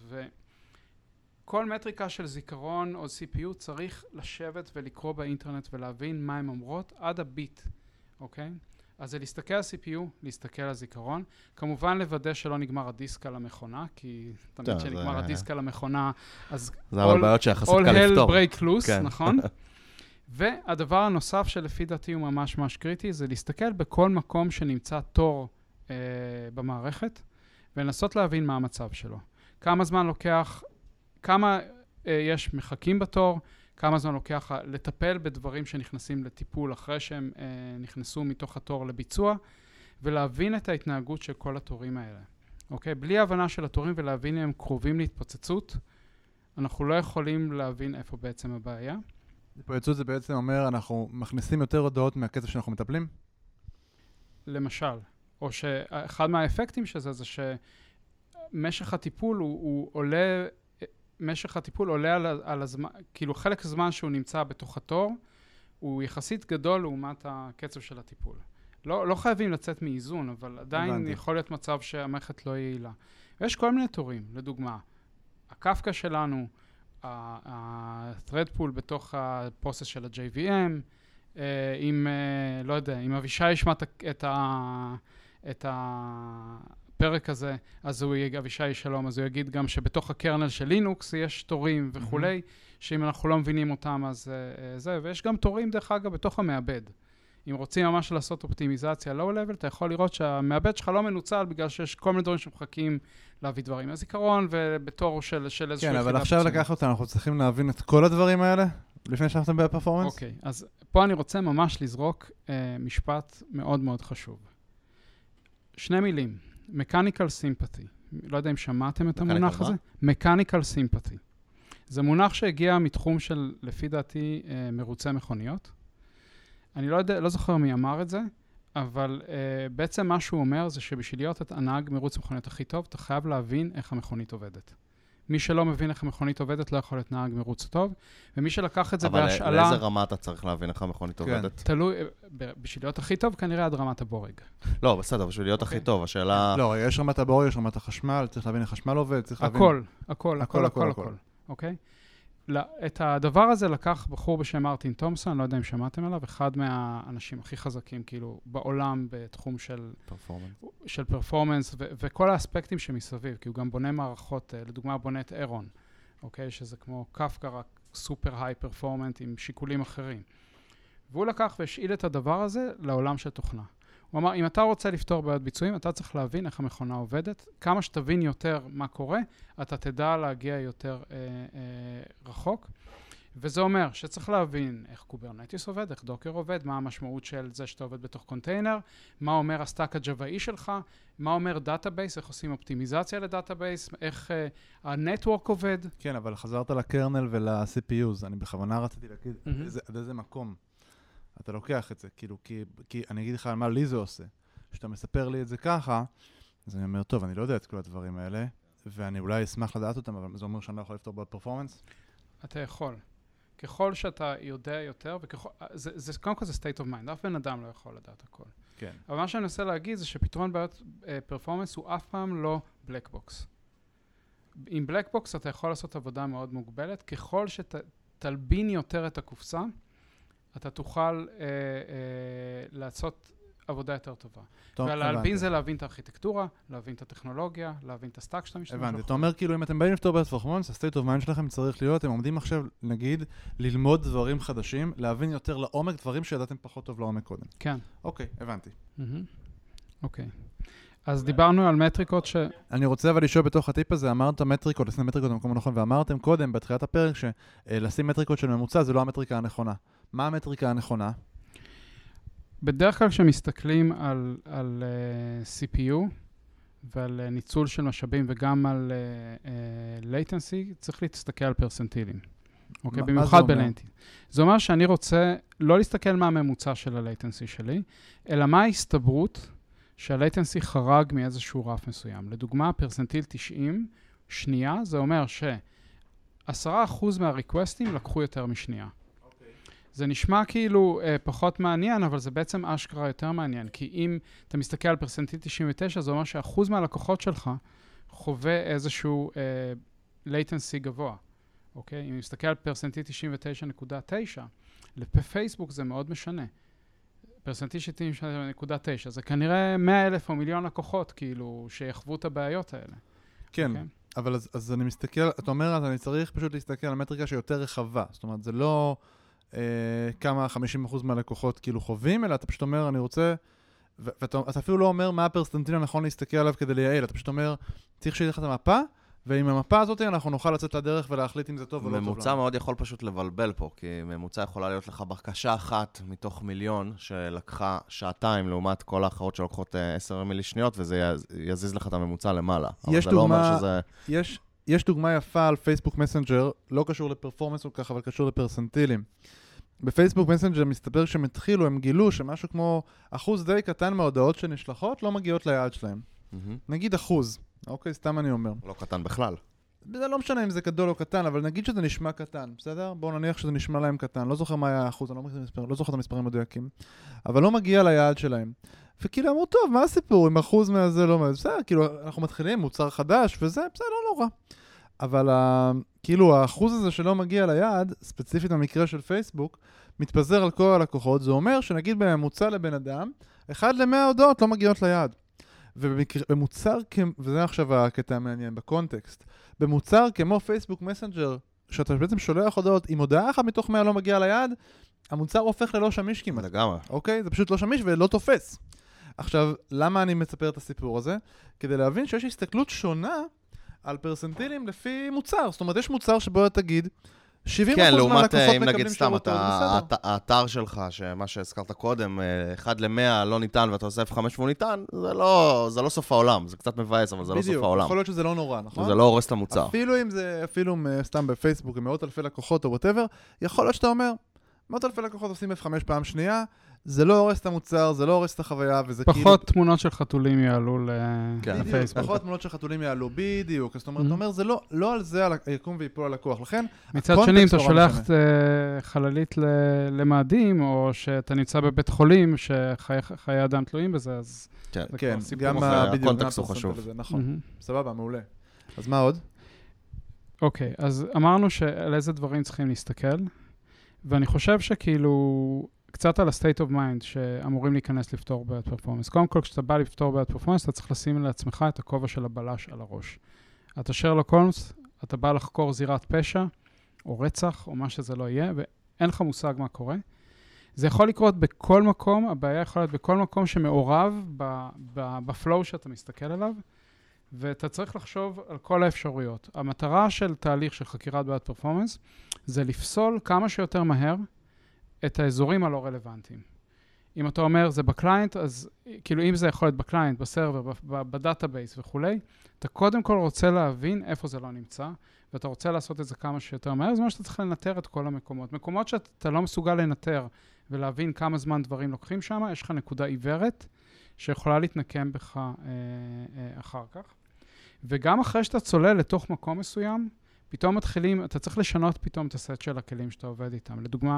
וכל מטריקה של זיכרון או סי פי יו צריך לשבת ולקרוא באינטרנט ולהבין מה הן אומרות עד הביט, אוקיי? אז זה להסתכל על סי פי יו, להסתכל על זיכרון, כמובן לוודא שלא נגמר הדיסק על המכונה, כי תמיד שנגמר הדיסק על המכונה, אז זה אבל בעיות שיחסית קל לפתור. all hell break loose, נכון? והדבר הנוסף שלפי דעתי הוא ממש ממש קריטי, זה להסתכל בכל מקום שנמצא תור אה, במערכת, ולנסות להבין מה המצב שלו. כמה זמן לוקח, כמה אה, יש מחכים בתור, כמה זמן לוקח לטפל בדברים שנכנסים לטיפול אחרי שהם אה, נכנסו מתוך התור לביצוע, ולהבין את ההתנהגות של כל התורים האלה. אוקיי? בלי הבנה של התורים ולהבין אם הם קרובים להתפוצצות, אנחנו לא יכולים להבין איפה בעצם הבעיה. התפוצצות זה בעצם אומר, אנחנו מכניסים יותר הודעות מהקצב שאנחנו מטפלים? למשל. או שאחד מהאפקטים של זה, זה שמשך הטיפול הוא, הוא עולה... משך הטיפול עולה על, על הזמן, כאילו חלק הזמן שהוא נמצא בתוך התור, הוא יחסית גדול לעומת הקצב של הטיפול. לא, לא חייבים לצאת מאיזון, אבל עדיין הבנתי. יכול להיות מצב שהמערכת לא יעילה. ויש כל מיני תורים, לדוגמה, הקפקא שלנו, ה-thread pool בתוך הפרוסס של ה-ג'יי וי אם, אם, לא יודע, אם אבישי ישמע את ה... את ה פרק הזה, אז הוא יגיד, אבישי שלום, אז הוא יגיד גם שבתוך הקרנל של לינוקס יש תורים וכולי, mm-hmm. שאם אנחנו לא מבינים אותם, אז uh, זה, ויש גם תורים דרך אגב בתוך המעבד. אם רוצים ממש לעשות אופטימיזציה low-level, אתה יכול לראות שהמעבד שלך לא מנוצל, בגלל שיש כל מיני דברים שמחכים להביא דברים מהזיכרון, ובתור של, של איזשהו... כן, אבל עכשיו לקח אותנו, אנחנו צריכים להבין את כל הדברים האלה, לפני שאנחנו בפרפורמנס? אוקיי, אז פה אני רוצה ממש לזרוק uh, משפט מאוד מאוד חשוב. שני מילים. Mechanical Sympathy. לא יודע אם שמעתם את המונח הזה. Mechanical Sympathy. זה מונח שהגיע מתחום של, לפי דעתי, מרוצי מכוניות. אני לא יודע, לא זוכר מי אמר את זה, אבל בעצם מה שהוא אומר זה שבשביל להיות את הנהג מרוץ מכוניות הכי טוב, אתה חייב להבין איך המכונית עובדת. מי שלא מבין איך המכונית עובדת, לא יכול להיות נהג מרוץ טוב, ומי שלקח את זה אבל בהשאלה... אבל לאיזה רמה אתה צריך להבין איך המכונית כן. עובדת? תלוי, בשביל להיות הכי טוב, כנראה עד רמת הבורג. לא, בסדר, בשביל להיות הכי טוב, השאלה... לא, יש רמת הבורג, יש רמת החשמל, צריך להבין איך חשמל עובד, צריך להבין... הכל, הכל, הכל, הכל, הכל, הכל, אוקיי? את הדבר הזה לקח בחור בשם מרטין תומסון, לא יודע אם שמעתם עליו, אחד מהאנשים הכי חזקים, כאילו, בעולם בתחום של... פרפורמנס. של פרפורמנס, ו- וכל האספקטים שמסביב, כי הוא גם בונה מערכות, לדוגמה בונה את אירון, אוקיי? שזה כמו קפקא, רק סופר היי פרפורמנט עם שיקולים אחרים. והוא לקח והשאיל את הדבר הזה לעולם של תוכנה. הוא אמר, אם אתה רוצה לפתור בעיות ביצועים, אתה צריך להבין איך המכונה עובדת. כמה שתבין יותר מה קורה, אתה תדע להגיע יותר אה, אה, רחוק. וזה אומר שצריך להבין איך קוברנטיס עובד, איך דוקר עובד, מה המשמעות של זה שאתה עובד בתוך קונטיינר, מה אומר הסטאק הג'וואי שלך, מה אומר דאטאבייס, איך עושים אופטימיזציה לדאטאבייס, איך uh, הנטוורק עובד. כן, אבל חזרת לקרנל ול-סי פי יו, אני בכוונה רציתי להגיד, Mm-hmm. עד איזה, עד איזה מקום אתה לוקח את זה, כאילו, כי, כי אני אגיד לך על מה לי זה עושה. כשאתה מספר לי את זה ככה, אז אני אומר, טוב, אני לא יודע את כל הדברים האלה, ואני אולי אשמח לדעת אותם, אבל זה אומר שאני לא יכול לפתור בפרפורמנס? אתה יכול. ככל שאתה יודע יותר, וככל, זה, זה, קודם כל זה state of mind, אף בן אדם לא יכול לדעת הכל. כן. אבל מה שאני מנסה להגיד זה שפתרון בעיות פרפורמנס הוא אף פעם לא black box. עם black box אתה יכול לעשות עבודה מאוד מוגבלת, ככל שתלבין יותר את הקופסה, אתה תוכל אה, אה, לעשות עבודה יותר טובה. ולהלבין זה להבין את הארכיטקטורה, להבין את הטכנולוגיה, להבין את הסטאק שאתה משתמש. הבנתי, אתה אומר כאילו אם אתם באים לפתור בעיות פרפורמנס, ה-state of mind שלכם צריך להיות, אתם עומדים עכשיו, נגיד, ללמוד דברים חדשים, להבין יותר לעומק דברים שידעתם פחות טוב לעומק קודם. כן. אוקיי, הבנתי. אוקיי. אז דיברנו על מטריקות ש... אני רוצה אבל לשאול בתוך הטיפ הזה, אמרת מטריקות, לשים מטריקות במקום הנכון, ואמרתם קודם, בתחילת הפרק, שלשים מטריקות של ממוצע זה לא המטריקה הנכונה. מה המטריקה הנכונה? בדרך כלל כשמסתכלים על, על uh, סי פי יו ועל uh, ניצול של משאבים וגם על uh, uh, latency, צריך להסתכל על פרסנטילים. אוקיי? מה, במיוחד מה זה בלנטי. זה אומר שאני רוצה לא להסתכל מה הממוצע של ה-latency שלי, אלא מה ההסתברות שה-latency חרג מאיזשהו רף מסוים. לדוגמה, פרסנטיל תשעים שנייה, זה אומר ש-עשרה אחוז מהריקווסטים לקחו יותר משנייה. זה נשמע כאילו אה, פחות מעניין, אבל זה בעצם אשכרה יותר מעניין, כי אם אתה מסתכל על פרסנטיל תשעים ותשע, זה אומר שאחוז מהלקוחות שלך חווה איזשהו אה, latency גבוה, אוקיי? אם מסתכל על פרסנטיל תשעים ותשע נקודה תשע, לפייסבוק זה מאוד משנה. פרסנטיל תשעים ותשע נקודה תשע, זה כנראה מאה אלף או מיליון לקוחות, כאילו, שיחוו את הבעיות האלה. כן. אוקיי? אבל אז, אז אני מסתכל, אתה אומר, אז אני צריך פשוט להסתכל על מטריקה שיותר רחבה. זאת אומרת, זה לא אה, כמה חמישים אחוז מהלקוחות כאילו חווים, אלא אתה פשוט אומר, אני רוצה, ו- ואתה אתה אפילו לא אומר מה הפרסנטיל הנכון להסתכל עליו כדי לייעל, אתה פשוט אומר, צריך שיהיה לך את המפה, ועם המפה הזאת אנחנו נוכל לצאת לדרך ולהחליט אם זה טוב או לא טוב. ממוצע מאוד יכול פשוט לבלבל פה, כי ממוצע יכולה להיות לך בקשה אחת מתוך מיליון, שלקחה שעתיים לעומת כל האחרות שלוקחות עשר מילי שניות, וזה יזיז לך את הממוצע למעלה. אבל זה לא אומר שזה... יש, יש דוגמה יפה על פייסבוק מסנג'ר, לא קשור לפרפורמנס כל כך, אבל קשור לפרסנטילים. בפייסבוק מסנג'ר מסתבר שהם התחילו, הם גילו שמשהו כמו אחוז די קטן מההודעות שנשלחות לא מגיעות ליעד שלהם. נגיד אחוז. אוקיי, סתם אני אומר. לא קטן בכלל. זה לא משנה אם זה גדול או קטן, אבל נגיד שזה נשמע קטן, בסדר? בואו נניח שזה נשמע להם קטן. לא זוכר מה היה האחוז, אני לא, מספר, לא זוכר את המספרים מדויקים. אבל לא מגיע ליעד שלהם. וכאילו אמרו, טוב, מה הסיפור? אם אחוז מהזה לא... בסדר, כאילו, אנחנו מתחילים, מוצר חדש וזה, בסדר, לא נורא. אבל כאילו, האחוז הזה שלא מגיע ליעד, ספציפית במקרה של פייסבוק, מתפזר על כל הלקוחות. זה אומר שנגיד בממוצע לבן אדם, אחד למאה הודעות לא מגיעות ליעד. ובמוצר, וזה עכשיו הקטע המעניין בקונטקסט, במוצר כמו פייסבוק מסנג'ר, שאתה בעצם שולח הודעות, אם הודעה אחת מתוך מאה לא מגיעה ליעד, המוצר הופך ללא שמיש כמעט. לגמרי. אוקיי? זה פשוט לא שמיש ולא תופס. עכשיו, למה אני מספר את הסיפור הזה? כדי להבין שיש הסתכלות שונה על פרסנטילים לפי מוצר. זאת אומרת, יש מוצר שבו אתה תגיד, שבעים אחוז כן, מהלקוחות לעומת, אם מקבלים נגיד סתם, שירות טוב, בסדר. אתה, האתר שלך, שמה שהזכרת קודם, אחד למאה לא ניתן, ואתה עושה אפ חמש והוא ניתן, זה לא, זה לא סוף העולם, זה קצת מבאס, אבל זה לא סוף העולם. בדיוק, יכול להיות שזה לא נורא, נכון? זה לא הורס את המוצר. אפילו אם זה, אפילו סתם בפייסבוק, עם מאות אלפי לקוחות או whatever, יכול להיות שאתה אומר, מאות אלפי לקוחות עושים אפ חמש פעם שנייה, זה לא הורס את המוצר, זה לא הורס את החוויה, וזה פחות כאילו... פחות תמונות של חתולים יעלו כן. לפייסבוק. פחות תמונות של חתולים יעלו, בדיוק. זאת אומרת, Mm-hmm. אתה אומר, זה לא, לא על זה יקום ויפול הלקוח. לכן, מצד שני, אם אתה שולח חללית למאדים, או שאתה נמצא בבית חולים, שחיי אדם תלויים בזה, אז... כן, גם הקונטקסט הוא חשוב. נכון, סבבה, מעולה. אז מה עוד? אוקיי, אז אמרנו שעל איזה דברים צריכים להסתכל, ואני חושב שכאילו, קצת על ה-state of mind שאמורים להיכנס לפתור בעיות פרפורמנס. קודם כל, כשאתה בא לפתור בעיות פרפורמנס, אתה צריך לשים לעצמך את הכובע של הבלש על הראש. אתה שרלוק הולמס, אתה בא לחקור זירת פשע, או רצח, או מה שזה לא יהיה, ואין לך מושג מה קורה. זה יכול לקרות בכל מקום, הבעיה יכולה להיות בכל מקום שמעורב בפלואו שאתה מסתכל עליו, ואתה צריך לחשוב על כל האפשרויות. המטרה של תהליך של חקירת בעיות פרפורמנס, זה לפסול כמה שיותר מהר את האזורים הלא רלוונטיים. אם אתה אומר, זה בקליינט, אז כאילו אם זה יכול להיות בקליינט, בסרבר, בדאטאבייס וכולי, אתה קודם כל רוצה להבין איפה זה לא נמצא, ואתה רוצה לעשות את זה כמה שיותר מהר, זה מה שאתה צריך לנטר את כל המקומות. מקומות שאתה לא מסוגל לנטר ולהבין כמה זמן דברים לוקחים שם, יש לך נקודה עיוורת שיכולה להתנקם בך אה, אה, אחר כך. וגם אחרי שאתה צולל לתוך מקום מסוים, פתאום מתחילים, אתה צריך לשנות פתאום את הסט של הכלים שאתה עובד איתם. לדוגמה,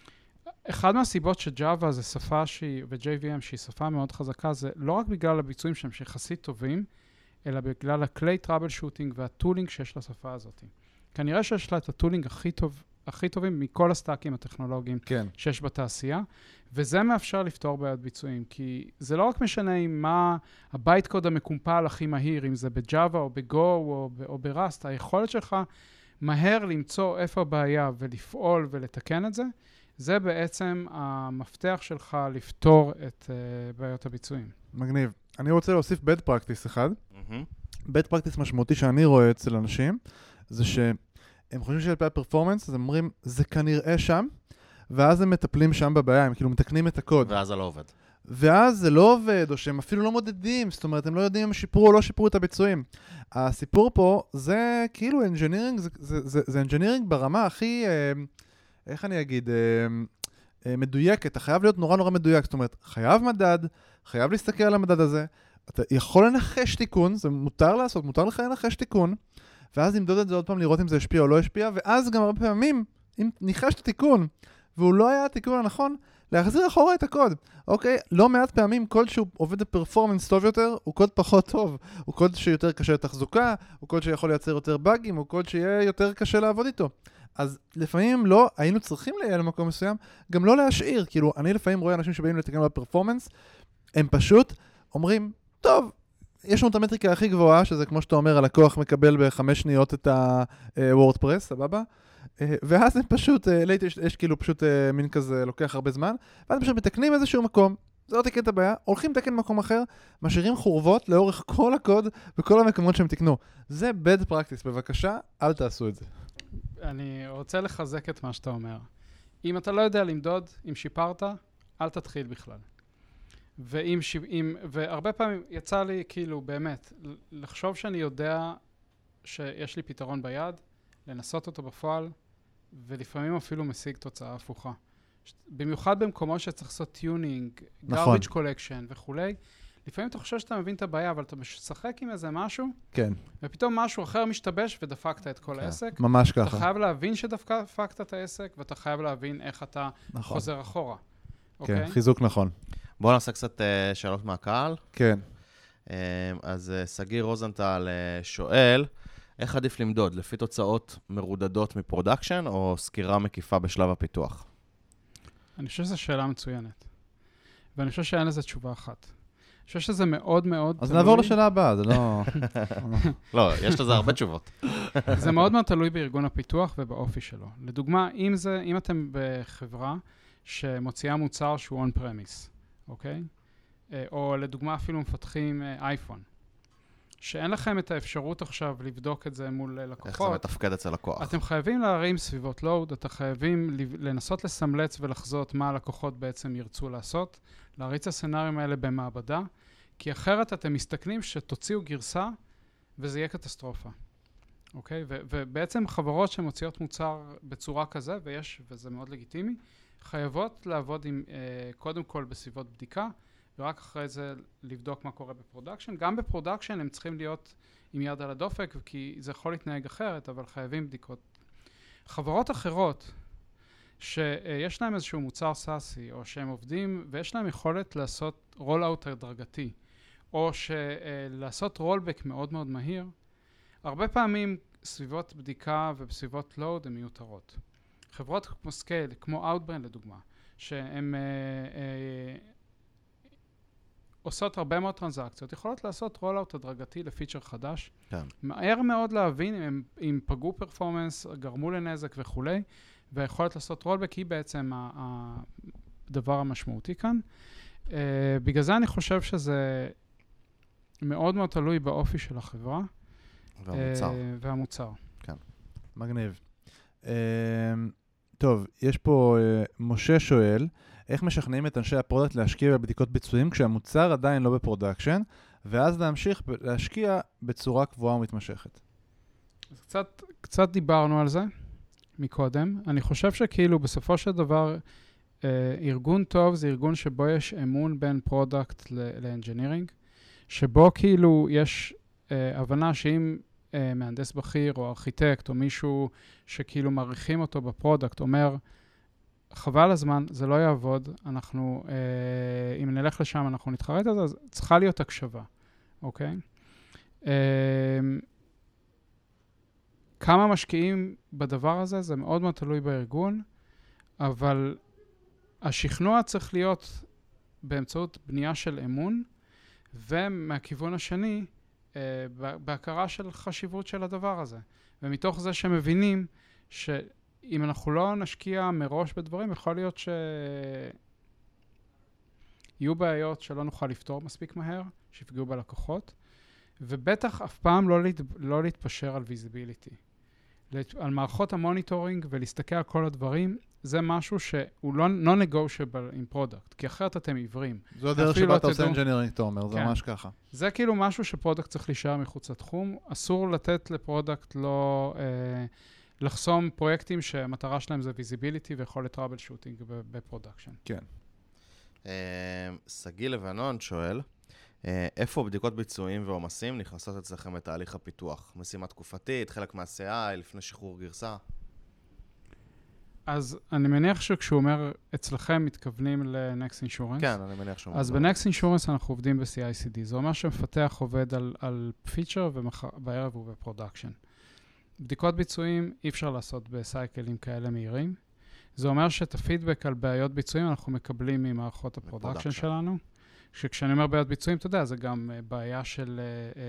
אחד מהסיבות שג'אווה זה שפה שהיא, ו-ג'יי וי אם שהיא שפה מאוד חזקה, זה לא רק בגלל הביצועים שהם שיחסית טובים, אלא בגלל הכלי טראבל שוטינג והטולינג שיש לשפה הזאת. כנראה שיש לה את הטולינג הכי טוב, הכי טובים מכל הסטאקים הטכנולוגיים כן. שיש בתעשייה, וזה מאפשר לפתור בעיות ביצועים, כי זה לא רק משנה עם מה הבייט קוד המקומפל הכי מהיר, אם זה בג'אווה או בגו או, או בראסט, היכולת שלך מהר למצוא איפה הבעיה ולפעול ולתקן את זה, זה בעצם המפתח שלך לפתור את uh, בעיות הביצועים. מגניב. אני רוצה להוסיף bad practice אחד. Mm-hmm. bad practice משמעותי שאני רואה אצל אנשים, זה שהם חושבים של בעיה פרפורמנס, אז הם אומרים, זה כנראה שם, ואז הם מטפלים שם בבעיה, הם כאילו מתקנים את הקוד. ואז זה לא עובד. ואז זה לא עובד, או שהם אפילו לא מודדים, זאת אומרת, הם לא יודעים אם הם שיפרו או לא שיפרו את הביצועים. הסיפור פה, זה כאילו engineering, זה, זה, זה, זה engineering ברמה הכי, אה, איך אני אגיד, אה, אה, מדויקת, אתה חייב להיות נורא נורא מדויק, זאת אומרת, חייב מדד, חייב להסתכל על המדד הזה, אתה יכול לנחש תיקון, זה מותר לעשות, מותר לך לנחש תיקון, ואז למדוד את זה עוד פעם, לראות אם זה השפיע או לא השפיע, ואז גם הרבה פעמים, אם ניחשת תיקון, והוא לא היה התיקון הנכון, להחזיר אחורה את הקוד. אוקיי? לא מעט פעמים קוד שהוא עובד בפרפורמנס טוב יותר, הוא קוד פחות טוב. הוא קוד שיותר קשה לתחזוקה, הוא קוד שיכול לייצר יותר באגים, הוא קוד שיהיה יותר קשה לעבוד איתו. אז לפעמים לא, היינו צריכים לייעל למקום מסוים, גם לא להשאיר. כאילו, אני לפעמים רואה אנשים שבאים לתקן בפרפורמנס, הם פשוט אומרים, טוב, יש לנו את המטריקה הכי גבוהה, שזה כמו שאתה אומר, הלקוח מקבל בחמש שניות את ה-WordPress, סבבה? ואז הם פשוט, יש, יש כאילו פשוט מין כזה, לוקח הרבה זמן, ואז הם פשוט מתקנים איזשהו מקום, זה לא תקן את הבעיה, הולכים לתקן מקום אחר, משאירים חורבות לאורך כל הקוד, בכל המקומות שהם תקנו. זה bad practice, בבקשה, אל תעשו את זה. אני רוצה לחזק את מה שאתה אומר. אם אתה לא יודע למדוד, אם שיפרת, אל תתחיל בכלל. ואם, אם, והרבה פעמים יצא לי כאילו באמת, לחשוב שאני יודע שיש לי פתרון ביד, לנסות אותו בפועל, ולפעמים אפילו משיג תוצאה הפוכה. במיוחד במקומות שצריך לעשות טיונינג, נכון. garbage collection וכולי, לפעמים אתה חושב שאתה מבין את הבעיה, אבל אתה משחק עם איזה משהו, כן. ופתאום משהו אחר משתבש ודפקת את כל כן. העסק. ממש ככה. אתה חייב להבין שדפקת את העסק, ואתה חייב להבין איך אתה נכון. חוזר אחורה. כן, אוקיי? חיזוק נכון. בואו נעשה קצת uh, שאלות מהקהל. כן. Uh, אז uh, סגיר רוזנטל uh, שואל, איך עדיף למדוד? לפי תוצאות מרודדות מפרודקשן, או סקירה מקיפה בשלב הפיתוח? אני חושב שזו שאלה מצוינת. ואני חושב שאין לזה תשובה אחת. אני חושב שזה מאוד מאוד אז תלוי... נעבור לשאלה הבאה, זה לא... לא, יש לזה הרבה תשובות. זה מאוד מאוד תלוי בארגון הפיתוח ובאופי שלו. לדוגמה, אם זה, אם אתם בחברה שמוציאה מוצר שהוא on premise, אוקיי? או לדוגמה אפילו מפתחים אייפון. שאין לכם את האפשרות עכשיו לבדוק את זה מול לקוחות. איך זה מתפקד אצל לקוח. אתם חייבים להרים סביבות לואוד, אתם חייבים לנסות לסמלץ ולחזות מה הלקוחות בעצם ירצו לעשות, להריץ הסצנריום האלה במעבדה, כי אחרת אתם מסתכלים שתוציאו גרסה וזה יהיה קטסטרופה. אוקיי? ו- ובעצם חברות שמוציאות מוצר בצורה כזה, ויש, וזה מאוד לגיטימי, חייבות לעבוד עם, אה, קודם כל בסביבות בדיקה, ורק אחרי זה לבדוק מה קורה בפרודקשן. גם בפרודקשן הם צריכים להיות עם יד על הדופק, כי זה יכול להתנהג אחרת, אבל חייבים בדיקות. חברות אחרות, שיש להם איזשהו מוצר סאסי, או שהם עובדים, ויש להם יכולת לעשות רול-אוט הדרגתי, או לעשות רולבק מאוד מאוד מהיר, הרבה פעמים סביבות בדיקה ובסביבות לואוד הן מיותרות. חברות כמו סקייל, כמו Outbrain לדוגמה, שהן אה, אה, עושות הרבה מאוד טרנזקציות, יכולות לעשות רול-אוט הדרגתי לפיצ'ר חדש. כן. מהר מאוד להבין אם הם אם פגעו פרפורמנס, גרמו לנזק וכולי, והיכולת לעשות רולבק היא בעצם הדבר המשמעותי כאן. Uh, בגלל זה אני חושב שזה מאוד מאוד תלוי באופי של החברה. והמוצר. Uh, והמוצר. כן. מגניב. Uh, טוב, יש פה uh, משה שואל, איך משכנעים את אנשי הפרודקט להשקיע בבדיקות ביצועים כשהמוצר עדיין לא בפרודקשן, ואז להמשיך להשקיע בצורה קבועה ומתמשכת? אז קצת, קצת דיברנו על זה מקודם. אני חושב שכאילו בסופו של דבר, אה, ארגון טוב זה ארגון שבו יש אמון בין פרודקט לאנג'ינירינג, שבו כאילו יש אה, הבנה שאם אה, מהנדס בכיר או ארכיטקט או מישהו שכאילו מעריכים אותו בפרודקט אומר, חבל הזמן, זה לא יעבוד, אנחנו, אה, אם נלך לשם אנחנו נתחרט על זה, אז צריכה להיות הקשבה, אוקיי? אה, כמה משקיעים בדבר הזה, זה מאוד מאוד תלוי בארגון, אבל השכנוע צריך להיות באמצעות בנייה של אמון, ומהכיוון השני, אה, בהכרה של חשיבות של הדבר הזה. ומתוך זה שמבינים שאם אנחנו לא נשקיע מראש בדברים, יכול להיות שיהיו בעיות שלא נוכל לפתור מספיק מהר, שיפגעו בלקוחות, ובטח אף פעם לא, להת... לא להתפשר על ויזיביליטי. על מערכות המוניטורינג ולהסתכל על כל הדברים, זה משהו שהוא לא non-negotiable עם פרודקט, כי אחרת אתם עיוורים. זו הדרך שבה אתה עושה engineering, אתה אומר, זה ממש ככה. זה כאילו משהו שפרודקט צריך להישאר מחוץ לתחום, אסור לתת לפרודקט לא אה, לחסום פרויקטים שהמטרה שלהם זה ויזיביליטי ויכולת טראבל שוטינג בפרודקשן. כן. סגי לבנון שואל, איפה בדיקות ביצועים ועומסים נכנסות אצלכם לתהליך הפיתוח? משימה תקופתית, חלק מה-סי איי, לפני שחרור גרסה? אז אני מניח שכשהוא אומר אצלכם מתכוונים ל-Next Insurance. כן, אני מניח שהוא אומר. אז ב-Next Insurance אנחנו עובדים ב-סי איי סי די. זה אומר שמפתח עובד על, על פיצ'ר ובערב הוא בפרודקשן. בדיקות ביצועים אי אפשר לעשות בסייקלים כאלה מהירים. זה אומר שאת הפידבק על בעיות ביצועים אנחנו מקבלים ממערכות הפרודקשן שלנו. שכשאני אומר בעיות ביצועים, אתה יודע, זה גם בעיה של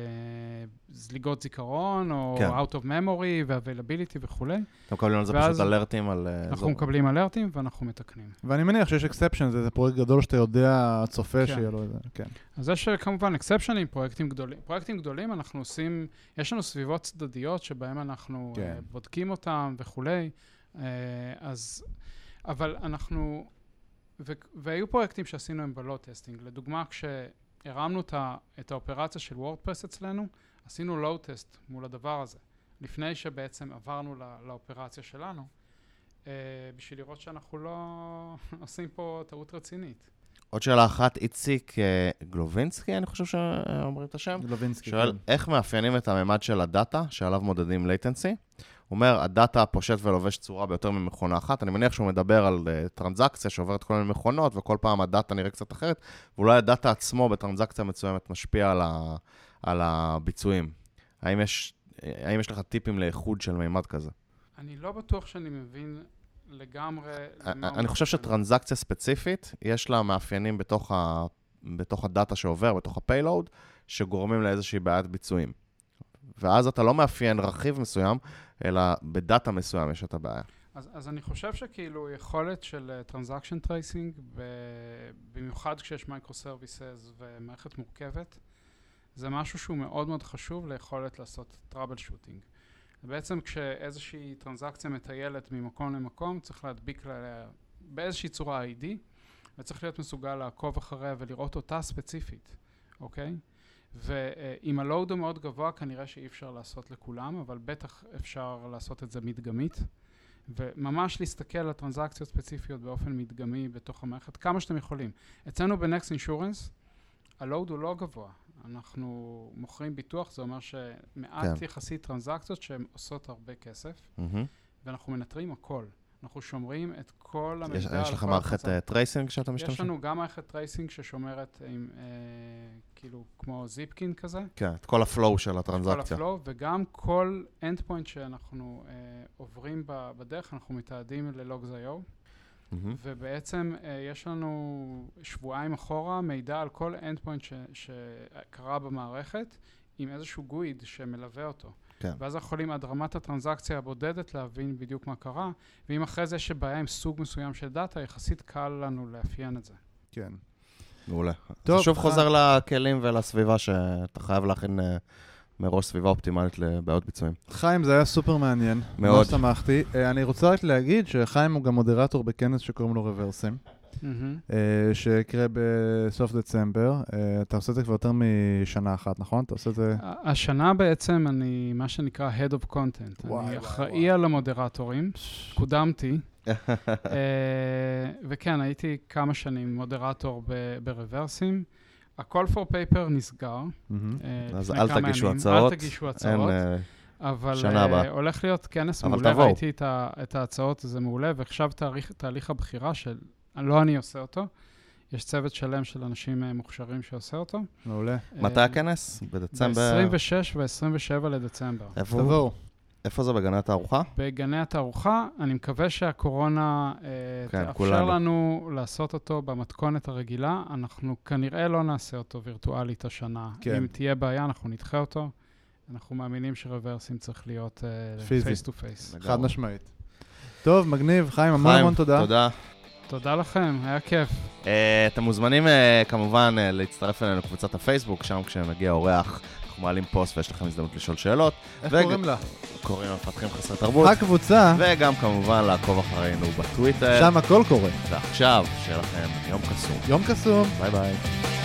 זליגות זיכרון, או out of memory ו-availability וכו'. אתם מקבלים על זה פשוט אלרטים על... אנחנו מקבלים אלרטים ואנחנו מתקנים. ואני מניח שיש exception, זה פרויקט גדול שאתה יודע, צופה שיהיה לו את זה, כן. אז יש כמובן exceptionים, פרויקטים גדולים. פרויקטים גדולים אנחנו עושים, יש לנו סביבות צדדיות שבהם אנחנו בודקים אותם וכו'. אז, אבל אנחנו... ו- והיו פרויקטים שעשינו עם בלוט טסטינג. לדוגמה, כשהרמנו את, ה- את האופרציה של וורדפרס אצלנו, עשינו לואוד טסט מול הדבר הזה, לפני שבעצם עברנו לא- לאופרציה שלנו, אה, בשביל לראות שאנחנו לא עושים פה טעות רצינית. עוד שאלה אחת, איציק גלובינסקי, אני חושב שאומרים את השם. גלובינסקי. שואל, כן. איך מאפיינים את הממד של הדאטה, שעליו מודדים latency? הוא אומר, הדאטה פושט ולובש צורה ביותר ממכונה אחת. אני מניח שהוא מדבר על uh, טרנזקציה שעוברת כל מיני מכונות, וכל פעם הדאטה נראה קצת אחרת, ואולי הדאטה עצמו בטרנזקציה מצוימת משפיע על, ה, על הביצועים. האם יש, האם יש לך טיפים לאיחוד של מימד כזה? אני לא בטוח שאני מבין לגמרי... אני חושב שטרנזקציה ספציפית, יש לה מאפיינים בתוך, ה, בתוך הדאטה שעובר, בתוך הפיילוד, שגורמים לאיזושהי בעיית ביצועים. ואז אתה לא מאפיין רכיב מסוים, אלא בדאטה מסוים יש את הבעיה. אז, אז אני חושב שכאילו יכולת של טרנזקשן טרייסינג, במיוחד כשיש מייקרו-סרוויסס ומערכת מורכבת, זה משהו שהוא מאוד מאוד חשוב ליכולת לעשות טראבל שוטינג. בעצם כשאיזושהי טרנזקציה מטיילת ממקום למקום, צריך להדביק לה באיזושהי צורה איי די, וצריך להיות מסוגל לעקוב אחריה ולראות אותה ספציפית, אוקיי? ועם הלואוד הוא מאוד גבוה, כנראה שאי אפשר לעשות לכולם, אבל בטח אפשר לעשות את זה מדגמית. וממש להסתכל על טרנזקציות ספציפיות באופן מדגמי בתוך המערכת, כמה שאתם יכולים. אצלנו ב-Next Insurance, הלואוד הוא לא גבוה. אנחנו מוכרים ביטוח, זה אומר שמעט כן. יחסית טרנזקציות שהן עושות הרבה כסף, Mm-hmm. ואנחנו מנטרים הכל. אנחנו שומרים את כל המידע. יש, על יש לך כל מערכת הטרנזקציות. טרייסינג שאתה משתמש? יש לנו גם מערכת טרייסינג ששומרת עם, אה, כאילו, כמו זיפקין כזה. כן, את כל הפלואו של כל הטרנזקציה. הפלואו, וגם כל end point שאנחנו אה, עוברים ב- בדרך, אנחנו מתעדים ל-Logs איי או, Mm-hmm. ובעצם אה, יש לנו שבועיים אחורה מידע על כל end point ש- שקרה במערכת, עם איזשהו גויד שמלווה אותו. כן. ואז אנחנו יכולים עד רמת הטרנזקציה הבודדת להבין בדיוק מה קרה, ואם אחרי זה יש בעיה עם סוג מסוים של דאטה, יחסית קל לנו לאפיין את זה. כן. מעולה. טוב, זה שוב אה. חוזר לכלים ולסביבה שאתה חייב להכין אה, מראש סביבה אופטימלית לבעיות ביצועים. חיים, זה היה סופר מעניין. מאוד. מאוד שמחתי. אה, אני רוצה רק להגיד שחיים הוא גם מודרטור בכנס שקוראים לו רוורסים, אה, שיקרה בסוף דצמבר. אה, אתה עושה את זה כבר יותר משנה אחת, נכון? אתה עושה את זה... השנה בעצם אני, מה שנקרא Head of Content. וואי, אני וואי, אחראי וואי. על המודרטורים, קודמתי, אה, וכן, הייתי כמה שנים מודרטור ב- ברוורסים. ה-Call for Paper נסגר. מהמם. אה, אז לפני אל כמה תגישו ימים. הצעות. אל תגישו אין, הצעות. אה, אבל שנה uh, הבאה. הולך להיות כנס אבל מעולה, תבואו. ראיתי את, ה, את ההצעות, זה מעולה, ועכשיו תהליך, תהליך הבחירה של, לא אני עושה אותו, יש צוות שלם של אנשים uh, מוכשרים שעושה אותו. מעולה. מתי הכנס? בדצמבר? ב-עשרים ושש ו-עשרים ושבע לדצמבר. איפה? תבואו. איפה זה? בגני התערוכה? בגני התערוכה, אני מקווה שהקורונה uh, כן, תאפשר כולנו. לנו לעשות אותו במתכונת הרגילה, אנחנו כנראה לא נעשה אותו וירטואלית השנה. כן. אם תהיה בעיה, אנחנו נדחה אותו. אנחנו מאמינים שרוורסים צריך להיות uh, פיזי. face to face. חד משמעית. טוב, מגניב. חיים, המון חיים, המון תודה. תודה. תודה לכם, היה כיף. Uh, אתם מוזמנים uh, כמובן uh, להצטרף אלינו לקבוצת הפייסבוק, שם כשמגיע אורח, אנחנו מעלים פוסט ויש לכם הזדמנות לשאול שאלות. איך וג- קוראים לה? קוראים למפתחים חסרי תרבות. הקבוצה, וגם כמובן לעקוב אחרינו בטוויטר. שם הכל קורה. ועכשיו, שיהיה לכם יום קסום. יום קסום. ביי ביי.